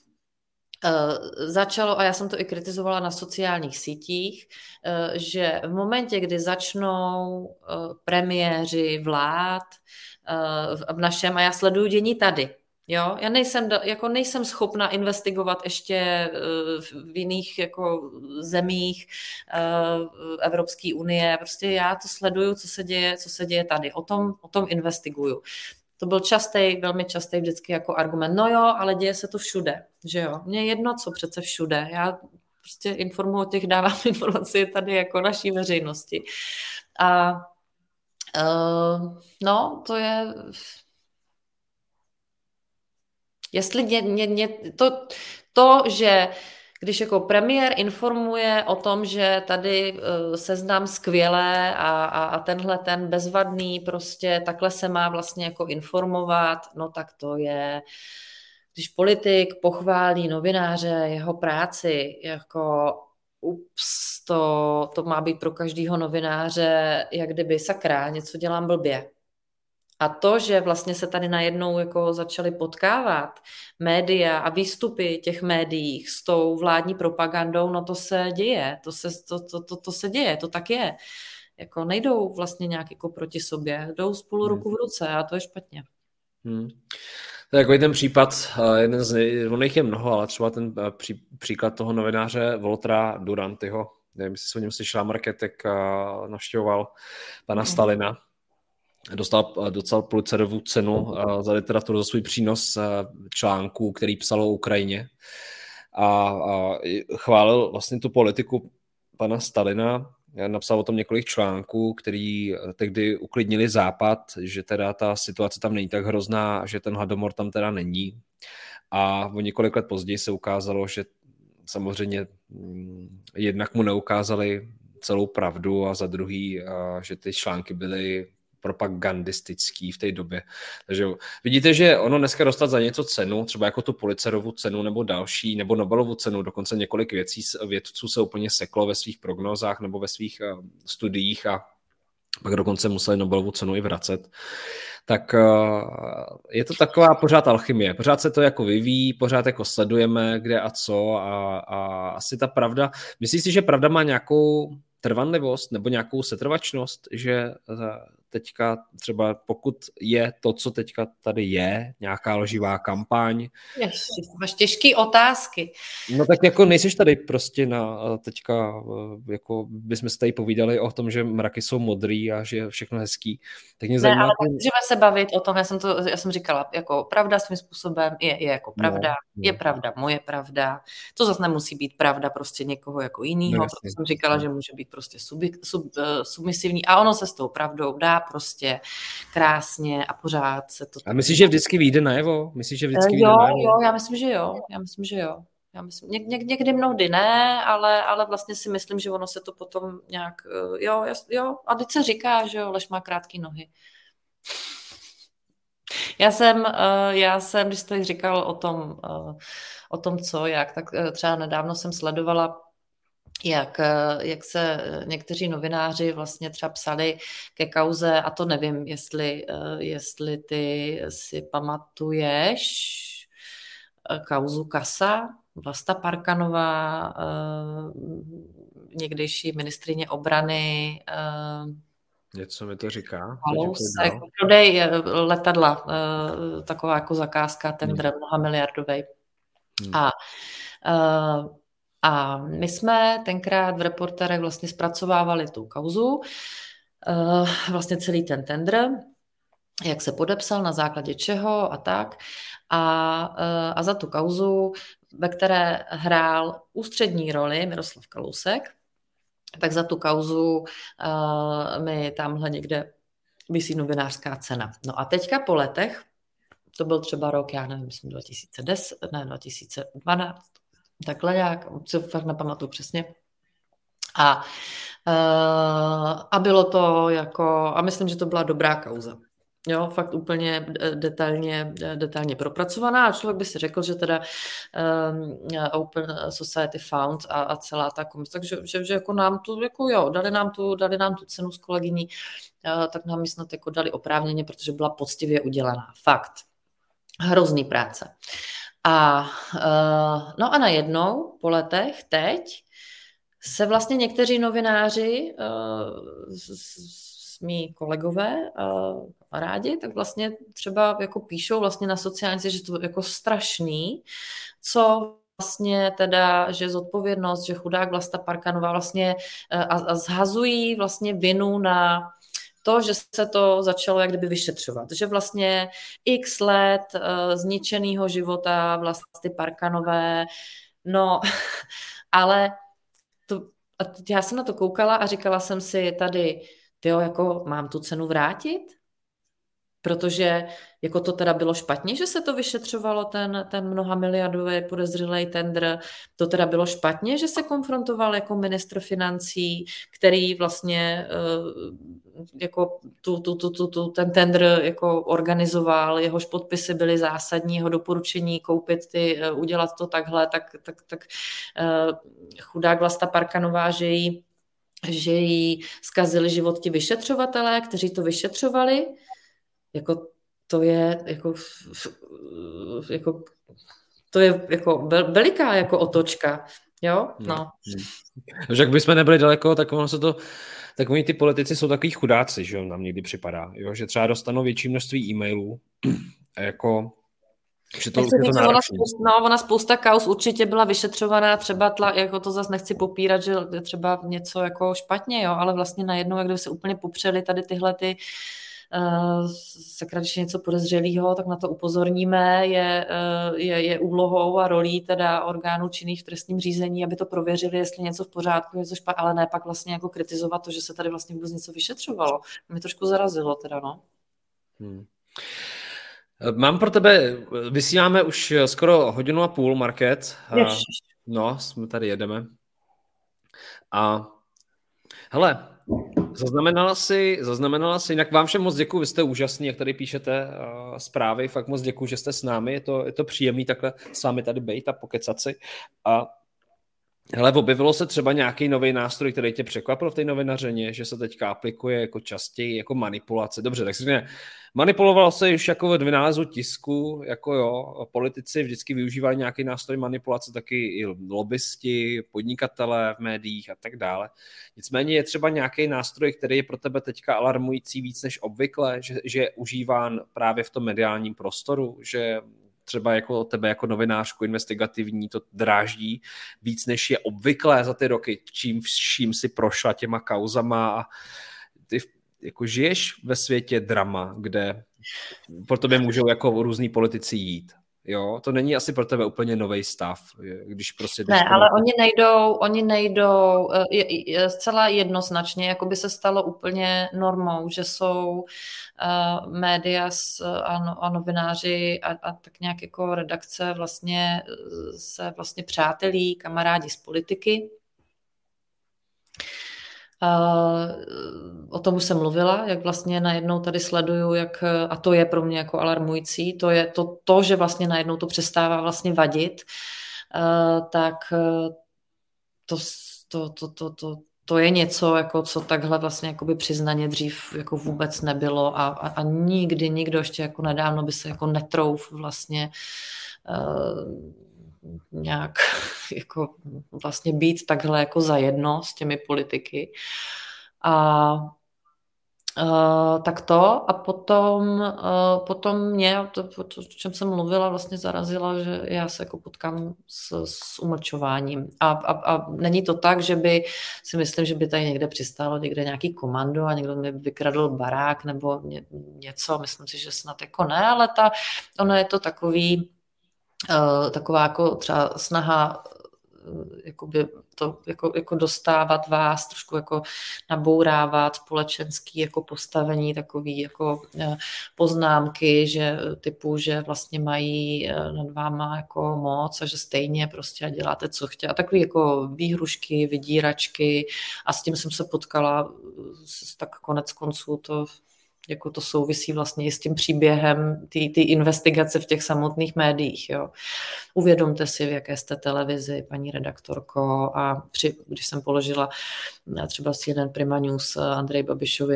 začalo, a já jsem to i kritizovala na sociálních sítích, že v momentě, kdy začnou premiéři vlád v našem, a já sleduju dění tady, jo, já nejsem, jako nejsem schopna investigovat ještě v jiných jako zemích Evropské unie, prostě já to sleduju, co se děje, co se děje tady, o tom, o tom investiguju. To byl častý, velmi častý vždycky jako argument. No jo, ale děje se to všude, že jo. Mně jedno, co přece všude. Já prostě informuji o těch, dávám informaci tady jako naší veřejnosti. A uh, no, to je... Jestli ně, ně, ně, to, to, že když jako premiér informuje o tom, že tady uh, seznam skvělé a, a, a tenhle ten bezvadný prostě takhle se má vlastně jako informovat, no tak to je, když politik pochválí novináře, jeho práci, jako ups, to, to má být pro každého novináře, jak kdyby sakra, něco dělám blbě. A to, že vlastně se tady najednou jako začaly potkávat média a výstupy těch médií s tou vládní propagandou, no to se děje, to se, to, to, to, to se děje, to tak je. Jako nejdou vlastně nějak jako proti sobě, jdou spolu ruku v ruce a to je špatně. Hmm. To je jako ten případ, jeden z nej, on jich je mnoho, ale třeba ten pří, příklad toho novináře Voltra Durantyho, nevím, jestli se o něm slyšela, Marketek navštěvoval pana hmm. Stalina. Dostal docela Pulitzerovu cenu za literaturu, za svůj přínos článků, který psal o Ukrajině. A, a chválil vlastně tu politiku pana Stalina. Napsal o tom několik článků, který tehdy uklidnili Západ, že teda ta situace tam není tak hrozná, že ten hladomor tam teda není. A o několik let později se ukázalo, že samozřejmě jednak mu neukázali celou pravdu a za druhý, že ty články byly propagandistický v té době. Takže vidíte, že ono dneska dostat za něco cenu, třeba jako tu Pulitzerovu cenu nebo další, nebo Nobelovu cenu, dokonce několik věcí, vědců se úplně seklo ve svých prognózách nebo ve svých uh, studiích a pak dokonce museli Nobelovu cenu i vracet. Tak je to taková pořád alchymie. Pořád se to jako vyvíjí, pořád jako sledujeme, kde a co a, a asi ta pravda. Myslíš si, že pravda má nějakou trvanlivost nebo nějakou setrvačnost, že teďka třeba pokud je to, co teďka tady je, nějaká lživá kampaň. Ještě, máš těžké otázky. No tak jako nejseš tady prostě na teďka, jako bychom se tady povídali o tom, že mraky jsou modrý a že je všechno hezký. Tak mě zajímá... Ne, ale můžeme se bavit o tom, já jsem to, já jsem říkala, jako pravda svým způsobem je, je jako pravda, no, no. je pravda moje pravda. To zase nemusí být pravda prostě někoho jako jinýho, no, protože jsem říkala, že může být prostě sub, sub, submisivní a ono se s tou pravdou dá prostě krásně a pořád se to... A myslíš, že vždycky vyjde najevo? Myslíš, že vždycky vyjde jo, najevo? Jo, já myslím, že jo. Já myslím, že jo. Já myslím, něk, něk, někdy mnohdy ne, ale, ale vlastně si myslím, že ono se to potom nějak... Jo, jo, a teď se říká, že jo, lež má krátké nohy. Já jsem, já jsem, když jste říkal o tom, o tom co, jak, tak třeba nedávno jsem sledovala Jak, jak se někteří novináři vlastně třeba psali ke kauze, a to nevím, jestli, jestli ty si pamatuješ kauzu Kasa, Vlasta Parkanová, někdejší ministryně obrany. Něco mi to říká. Jako prodej letadla, taková jako zakázka, tendr hmm. mnoha miliardovej. Hmm. A A my jsme tenkrát v Reportérech vlastně zpracovávali tu kauzu, vlastně celý ten tendr, jak se podepsal, na základě čeho a tak. A, a za tu kauzu, ve které hrál ústřední roli Miroslav Kalousek, tak za tu kauzu mi tamhle někde visí novinářská cena. No a teďka po letech, to byl třeba rok, já nevím, myslím dva tisíce deset, ne, dva tisíce dvanáct, takhle nějak, co fakt nepamatuju přesně. A, a bylo to jako, a myslím, že to byla dobrá kauza. Jo, fakt úplně detailně, detailně propracovaná a člověk by si řekl, že teda um, Open Society Fund a, a celá ta komise, takže že, že jako nám tu, jako jo, dali nám tu, dali nám tu cenu s kolegyní, uh, tak nám ji snad jako dali oprávněně, protože byla poctivě udělaná. Fakt. Hrozný práce. A uh, no a najednou po letech teď se vlastně někteří novináři, uh, mý kolegové uh, rádi, tak vlastně třeba jako píšou vlastně na sociálních, že to je jako strašný, co vlastně teda, že zodpovědnost, že chudák Vlasta Parkanová vlastně uh, a, a zhazují vlastně vinu na to, že se to začalo jak kdyby vyšetřovat. Že vlastně x let uh, zničenýho života Vlasty Parkanové, no, ale to, a já jsem na to koukala a říkala jsem si tady, tyjo, jako mám tu cenu vrátit? Protože jako to teda bylo špatně, že se to vyšetřovalo, ten, ten mnoha miliardový podezřelý tendr, to teda bylo špatně, že se konfrontoval jako ministr financí, který vlastně jako tu, tu, tu, tu, tu, ten tendr jako organizoval, jehož podpisy byly zásadní, jeho doporučení koupit ty, udělat to takhle, tak, tak, tak chudák Vlasta Parkanová, že jí že jí zkazili život ti vyšetřovatelé, kteří to vyšetřovali, jako to je jako, jako to je jako veliká jako otočka, jo, no. Že jak bychom nebyli daleko, tak ono se to, tak oni ty politici jsou takový chudáci, že nám někdy připadá, jo, že třeba dostanou větší množství e-mailů a jako že to, to ona, spousta, no, ona spousta kauz určitě byla vyšetřovaná, třeba tla, jako to zase nechci popírat, že je třeba něco jako špatně, jo, ale vlastně najednou, jak kdyby se úplně popřeli tady tyhle ty uh, sakra, když je něco podezřelého, tak na to upozorníme, je, uh, je, je úlohou a rolí teda orgánů činných v trestním řízení, aby to prověřili, jestli něco v pořádku, něco špatně, ale ne pak vlastně jako kritizovat to, že se tady vlastně vůbec něco vyšetřovalo. Mě trošku zarazilo teda, no. Hmm. Mám pro tebe, vysíláme už skoro hodinu a půl, Market. Ježiš. No, jsme tady jedeme. A Hele, zaznamenala si, zaznamenala si, jinak vám všem moc děkuji, vy jste úžasní, jak tady píšete uh, zprávy, fakt moc děkuji, že jste s námi, je to, je to příjemný takhle s vámi tady bejt a pokecat si. A hele, objevilo se třeba nějaký nový nástroj, který tě překvapil v té novinařině, že se teďka aplikuje jako častěji, jako manipulace. Dobře, tak si řekne, manipulovalo se už jako ve vynálezu tisku, jako jo, politici vždycky využívali nějaký nástroj manipulace, taky i lobbysti, podnikatelé v médiích a tak dále. Nicméně je třeba nějaký nástroj, který je pro tebe teďka alarmující víc než obvykle, že, že je užíván právě v tom mediálním prostoru, že třeba jako tebe jako novinářku investigativní to dráždí víc, než je obvyklé za ty roky, čím vším si prošla těma kauzama a ty jako žiješ ve světě drama, kde pro tebe můžou jako různý politici jít. Jo, to není asi pro tebe úplně nový stav, když prostě... Ne, ale oni nejdou, oni nejdou je, je zcela jednoznačně, jako by se stalo úplně normou, že jsou uh, média a, no, a novináři a, a tak nějak jako redakce vlastně se vlastně přátelí, kamarádi z politiky. Uh, o tom už jsem mluvila, jak vlastně najednou tady sleduju, jak, a to je pro mě jako alarmující, to je to, to že vlastně najednou to přestává vlastně vadit, uh, tak to, to, to, to, to, to je něco, jako co takhle vlastně jakoby přiznaně dřív jako vůbec nebylo a, a, a nikdy, nikdo ještě jako nedávno by se jako netrouf vlastně uh, nějak jako vlastně být takhle jako zajedno s těmi politiky. A uh, tak to a potom, uh, potom mě, to, to, o čem jsem mluvila, vlastně zarazila, že já se jako potkám s, s umlčováním. A, a, a není to tak, že by si myslím, že by tady někde přistálo někde nějaký komando a někdo mi vykradl barák nebo ně, něco, myslím si, že snad jako ne, ale ta, ono je to takový Uh, taková jako třeba snaha uh, jakoby to jako, jako dostávat vás, trošku jako nabourávat společenský jako postavení, takový jako uh, poznámky, že typu, že vlastně mají uh, nad váma jako moc a že stejně prostě děláte, co chtějí. A takový jako výhrušky, vydíračky a s tím jsem se potkala tak konec konců to jako to souvisí vlastně i s tím příběhem ty, ty investigace v těch samotných médiích. Jo. Uvědomte si, v jaké jste televizi, paní redaktorko, a při, když jsem položila třeba si jeden Prima News Andreji Babišovi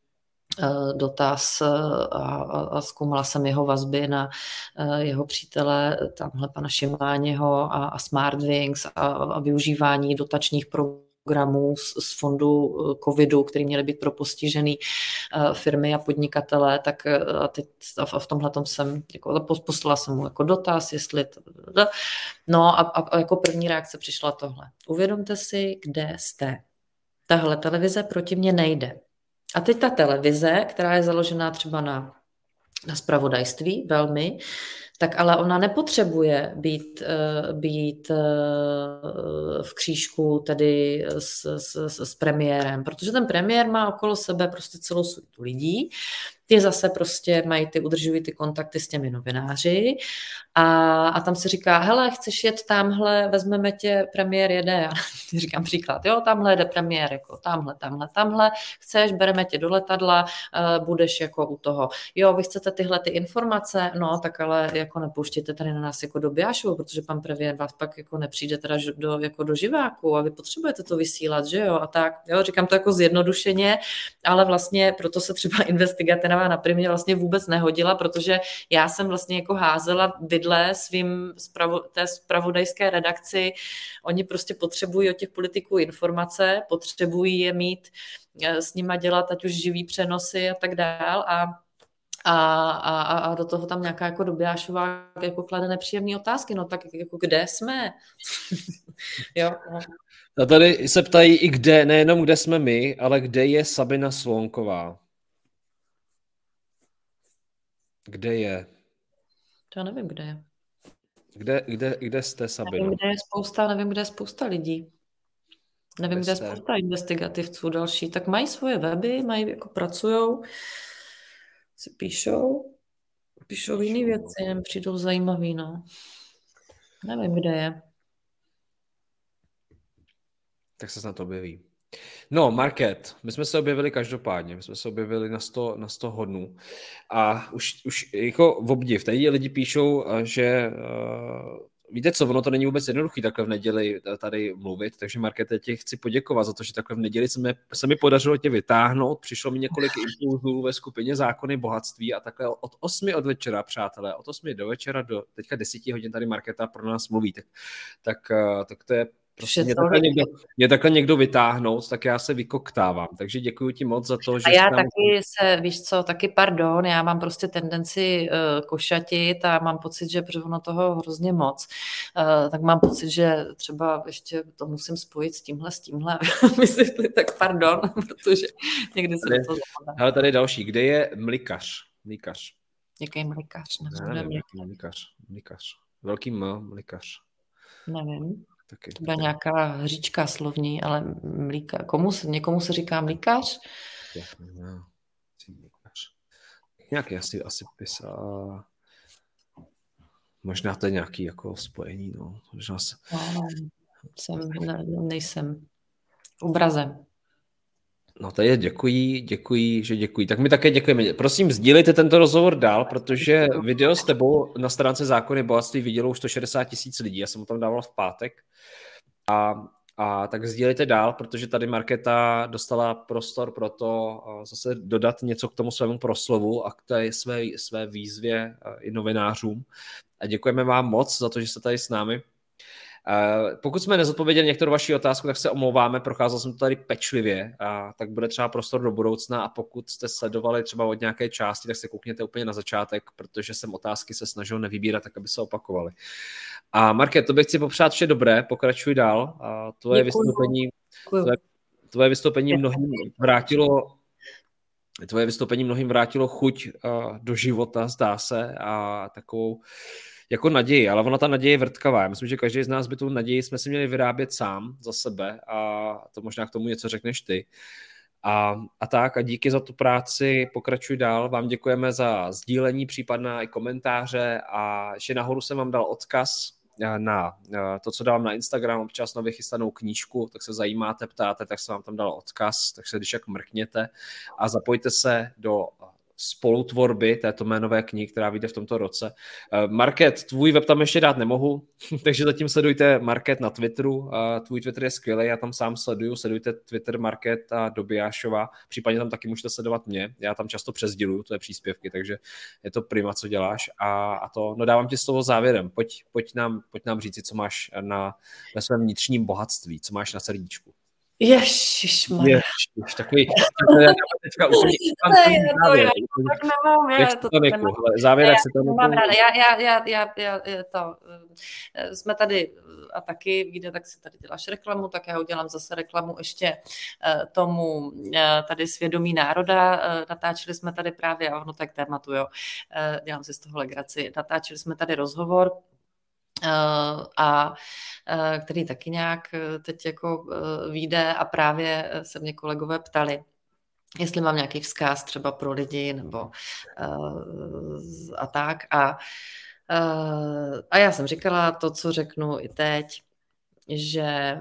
dotaz a, a zkoumala jsem jeho vazby na jeho přítele, tamhle pana Šimáněho a, a Smartwings a, a využívání dotačních programů programů z, z fondu covidu, který měly být pro postižený uh, firmy a podnikatele, tak uh, a teď a v tomhletom jsem, jako, poslala jsem mu jako dotaz, jestli to, no a, a, a jako první reakce přišla tohle. Uvědomte si, kde jste. Tahle televize proti mně nejde. A teď ta televize, která je založená třeba na, na zpravodajství, velmi, tak ale ona nepotřebuje být, být v křížku tedy s, s, s premiérem, protože ten premiér má okolo sebe prostě celou soutu lidí, ty zase prostě mají, ty udržují ty kontakty s těmi novináři a, a tam se říká, hele, chceš jet tamhle, vezmeme tě, premiér jede, já říkám příklad, jo, tamhle jede premiér, jako tamhle, tamhle, tamhle, chceš, bereme tě do letadla, uh, budeš jako u toho, jo, vy chcete tyhle ty informace, no, tak ale jako nepouštějte tady na nás jako do Biášovu, protože pan premiér vás pak jako nepřijde teda do, jako do živáku a vy potřebujete to vysílat, že jo, a tak, jo, říkám to jako zjednodušeně, ale vlastně proto se třeba investigativně na Primě vlastně vůbec nehodila, protože já jsem vlastně jako házela vidle svým spravo, té zpravodajské redakci. Oni prostě potřebují od těch politiků informace, potřebují je mít, s nima dělat ať už živý přenosy a tak dál a A, a, a do toho tam nějaká jako Dobiášová jako klade nepříjemné otázky, no tak jako kde jsme? Jo. A tady se ptají i kde, nejenom kde jsme my, ale kde je Sabina Slonková? Kde je? Já nevím, kde je. Kde, kde, kde jste, Sabino? Nevím, kde je spousta, nevím, kde je spousta lidí. Nevím, kde, kde je spousta investigativců další. Tak mají svoje weby, mají, jako pracujou, si píšou, píšou jiné věci, jen přijdou zajímavý, no. Nevím, kde je. Tak se snad objeví. No, Market. My jsme se objevili každopádně. My jsme se objevili na sto, na sto hodnů. A už, už jako v obdiv. Tady lidi píšou, že uh, víte co, ono to není vůbec jednoduchý takhle v neděli tady mluvit, takže Markéte, tě chci poděkovat za to, že takhle v neděli se mi, se mi podařilo tě vytáhnout. Přišlo mi několik impulzů ve skupině Zákony bohatství a takhle od osmi od večera, přátelé, od osmi do večera do teďka deseti hodin tady Markéta pro nás mluví. Tak, tak, tak to je prostě mě takhle, někdo, mě takhle někdo vytáhnout, tak já se vykoktávám. Takže děkuji ti moc za to, že... A já taky tam... se, víš co, taky pardon, já mám prostě tendenci uh, košatit a mám pocit, že protože ono toho hrozně moc, uh, tak mám pocit, že třeba ještě to musím spojit s tímhle, s tímhle. Vysvětlit, tak pardon, protože někdy se to zapadá. Ale tady další, kde je mlikař? Mlikař. Jaký mlikař? Ne, nevím, mlikař. mlikař. Mlikař. Velký M, mlikař. Nevím. Taky, to byla nějaká hříčka slovní, ale mlíka. Komu se, někomu se říká mlíkař? No, mlíkař. Nějaký asi, asi pisa. Možná to je nějaký jako spojení. No. Možná se... no, jsem, ne, nejsem obrazem. No tady děkuji, děkuji, že děkuji. Tak my také děkujeme. Prosím, sdílejte tento rozhovor dál, protože video s tebou na stránce Zákony bohatství vidělo už sto šedesát tisíc lidí. Já jsem ho tam dával v pátek. A, a tak sdílejte dál, protože tady Markéta dostala prostor pro to zase dodat něco k tomu svému proslovu a k té své, své výzvě i novinářům. A děkujeme vám moc za to, že jste tady s námi. Pokud jsme nezodpověděli některou vaši otázku, tak se omlouváme, procházel jsem to tady pečlivě, a tak bude třeba prostor do budoucna a pokud jste sledovali třeba od nějaké části, tak se koukněte úplně na začátek, protože jsem otázky se snažil nevybírat tak, aby se opakovaly. A Market, tobě chci popřát vše dobré, pokračuj dál. A tvoje Děkuju. vystoupení, tvoje, tvoje vystoupení mnohým vrátilo tvoje vystoupení mnohým vrátilo chuť uh, do života, zdá se, a takovou jako naději, ale ona ta naděje je vrtkavá. Já myslím, že každý z nás by tu naději jsme si měli vyrábět sám za sebe a to možná k tomu něco řekneš ty. A, a tak a díky za tu práci, pokračuj dál. Vám děkujeme za sdílení, případná i komentáře a ještě nahoru jsem vám dal odkaz na to, co dávám na Instagram, občas na vychystanou knížku, tak se zajímáte, ptáte, tak jsem vám tam dal odkaz, takže když jak mrkněte a zapojte se do spolutvorby této jménové knihy, která vyjde v tomto roce. Market, tvůj web tam ještě dát nemohu, takže zatím sledujte Market na Twitteru. Tvůj Twitter je skvělý, já tam sám sleduju, sledujte Twitter Market a Dobijášova, případně tam taky můžete sledovat mě, já tam často přesděluju, to je příspěvky, takže je to prima, co děláš a, a to, no dávám ti slovo závěrem, pojď, pojď, nám, pojď nám říci, co máš na, na svém vnitřním bohatství, co máš na srdíčku. Ježišmarja. Ježiš, takový, já teďka úplně závěr. Tak nemám, já to nemám. Závěr, jak se to nemám ráda. Já, já, já, já, já, to, jsme tady a taky, víte, tak si tady děláš reklamu, tak já udělám zase reklamu ještě tomu tady Svědomí národa. Natáčeli jsme tady právě, a ono tak tématu, jo, dělám si z toho legraci, natáčeli jsme tady rozhovor, a který taky nějak teď jako vyjde a právě se mě kolegové ptali, jestli mám nějaký vzkaz třeba pro lidi nebo a tak a, a já jsem říkala to, co řeknu i teď, že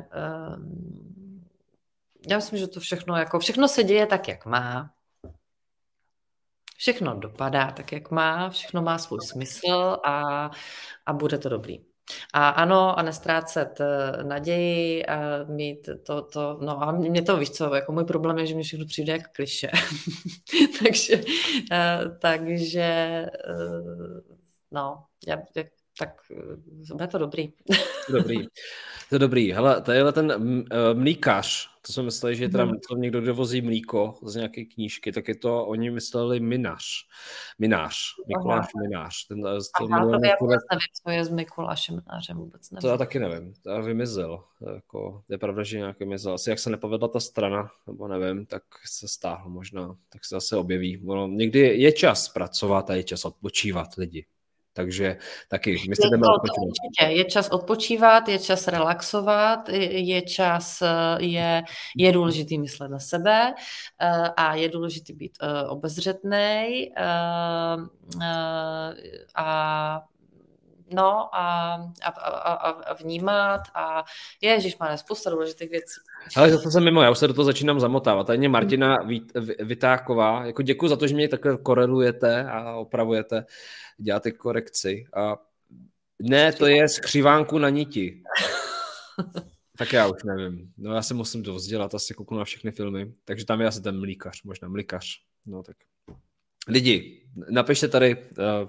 já myslím, že to všechno jako všechno se děje tak, jak má. Všechno dopadá tak, jak má, všechno má svůj smysl a, a bude to dobrý. A ano, a nestrácet naději a mít to, to, no a mě to, víš co, jako můj problém je, že mi všechno přijde jako klišé. takže, takže, no, já, tak bude to dobrý. Dobrý. To je dobrý. Hele, tadyhle ten mlíkař, to jsme mysleli, že je tam to někdo dovozí mlíko z nějaké knížky, tak je to, oni mysleli minař. Minář. Mikuláš Minář. Ten, to Aha, to já vůbec nevím, co je s Mikulášem Minářem, vůbec nevím. To já taky nevím. To vymizel. To je, jako, je pravda, že nějak vymizel. Asi jak se nepovedla ta strana, nebo nevím, tak se stáhl možná. Tak se zase objeví. Ono, někdy je čas pracovat a je čas odpočívat lidi. Takže taky my se jdeme odpočívat. Určitě. Je čas odpočívat, je čas relaxovat, je čas, je, je důležitý myslet na sebe a je důležitý být obezřetnej a no a, a, a, a vnímat a ježišmarja, spousta důležitých věcí. Ale zase jsem mimo, já už se do toho začínám zamotávat. Tady mě Martina Vít, Vytáková, jako děkuji za to, že mě takhle korelujete a opravujete, děláte korekci. A ne, to je skřivánku na niti. Tak já už nevím. No já se musím to vzdělat, asi kouknu na všechny filmy. Takže tam je asi ten mlíkař, možná mlíkař. No tak. Lidi, napište tady... Uh...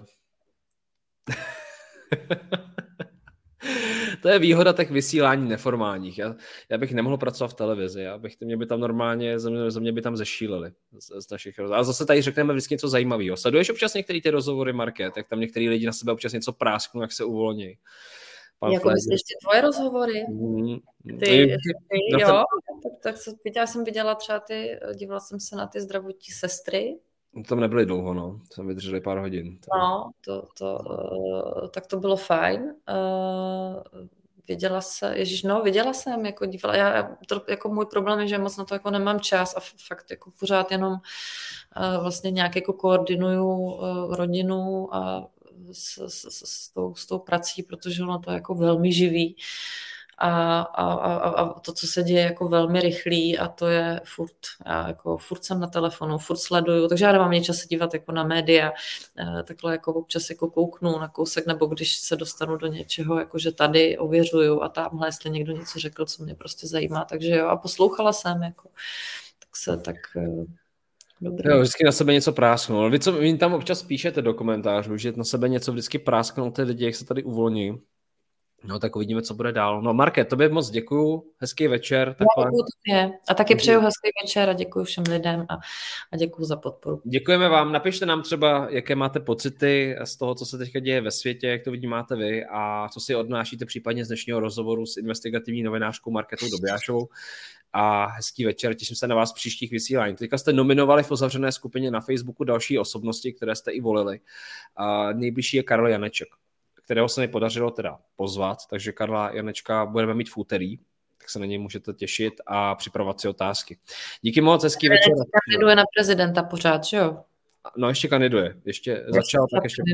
To je výhoda těch vysílání neformálních. Já, já bych nemohl pracovat v televizi. Já bych, mě by tam normálně, za mě, za mě by tam zešíleli z, z našich rozhovorů. A zase tady řekneme vždycky něco zajímavého. Sleduješ občas některé ty rozhovory, Market? Jak tam některý lidi na sebe občas něco prásknou, jak se uvolní. Pan jako myslíš ty tvoje rozhovory? Mm. Ty, ty, ty jo, tak, tak já jsem viděla třeba ty, dívala jsem se na ty zdravotní sestry. Tam nebyly dlouho, no. Tam vydrželi pár hodin. No, to, to, uh, tak to bylo fajn. Uh, viděla se, ježiš, no, viděla jsem, jako dívala, já, to, jako můj problém je, že moc na to jako nemám čas a fakt jako pořád jenom uh, vlastně nějak jako koordinuju uh, rodinu a s, s, s, s, tou, s tou prací, protože ono to je jako velmi živý. A, a, a, a to, co se děje, jako velmi rychlý a to je furt, já jako furt jsem na telefonu, furt sleduju, takže já nemám mě čas se dívat jako na média, takhle jako občas jako kouknu na kousek, nebo když se dostanu do něčeho, jakože tady ověřuju a tamhle, jestli někdo něco řekl, co mě prostě zajímá, takže jo, a poslouchala jsem, jako, tak se tak... Dobrý. Jo, vždycky na sebe něco prásknout. Vy, co, vy tam občas píšete do komentářů, že na sebe něco vždycky prásknou ty lidi, jak se tady uvolní. No tak uvidíme, co bude dál. No Market, tobě moc děkuju, hezký večer. Takhle. No, děkuju tobě. A taky přeju hezký večer a děkuju všem lidem a, a děkuju za podporu. Děkujeme vám, napište nám třeba, jaké máte pocity z toho, co se teďka děje ve světě, jak to vnímáte vy a co si odnášíte případně z dnešního rozhovoru s investigativní novinářkou Marketou Dobiášovou. A hezký večer, těším se na vás v příštích vysílání. Teďka jste nominovali v uzavřené skupině na Facebooku další osobnosti, které jste i volili. A nejbližší je Karel Janeček, kterého se mi podařilo teda pozvat, takže Karla Janečka budeme mít v úterý, tak se na něj můžete těšit a připravovat si otázky. Díky moc, hezký večer. Kandiduje na prezidenta pořád, že jo? No ještě kandiduje, ještě, ještě začal, tak ještě.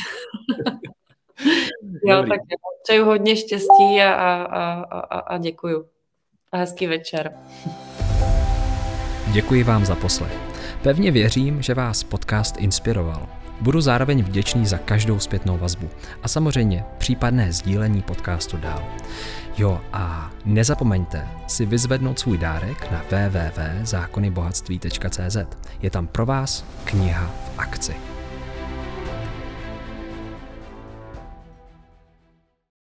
Jo, tak přeju hodně štěstí a, a, a, a, a děkuju. A hezký večer. Děkuji vám za poslech. Pevně věřím, že vás podcast inspiroval. Budu zároveň vděčný za každou zpětnou vazbu a samozřejmě případné sdílení podcastu dál. Jo a nezapomeňte si vyzvednout svůj dárek na w w w tečka zákony bohatství tečka c z. Je tam pro vás kniha v akci.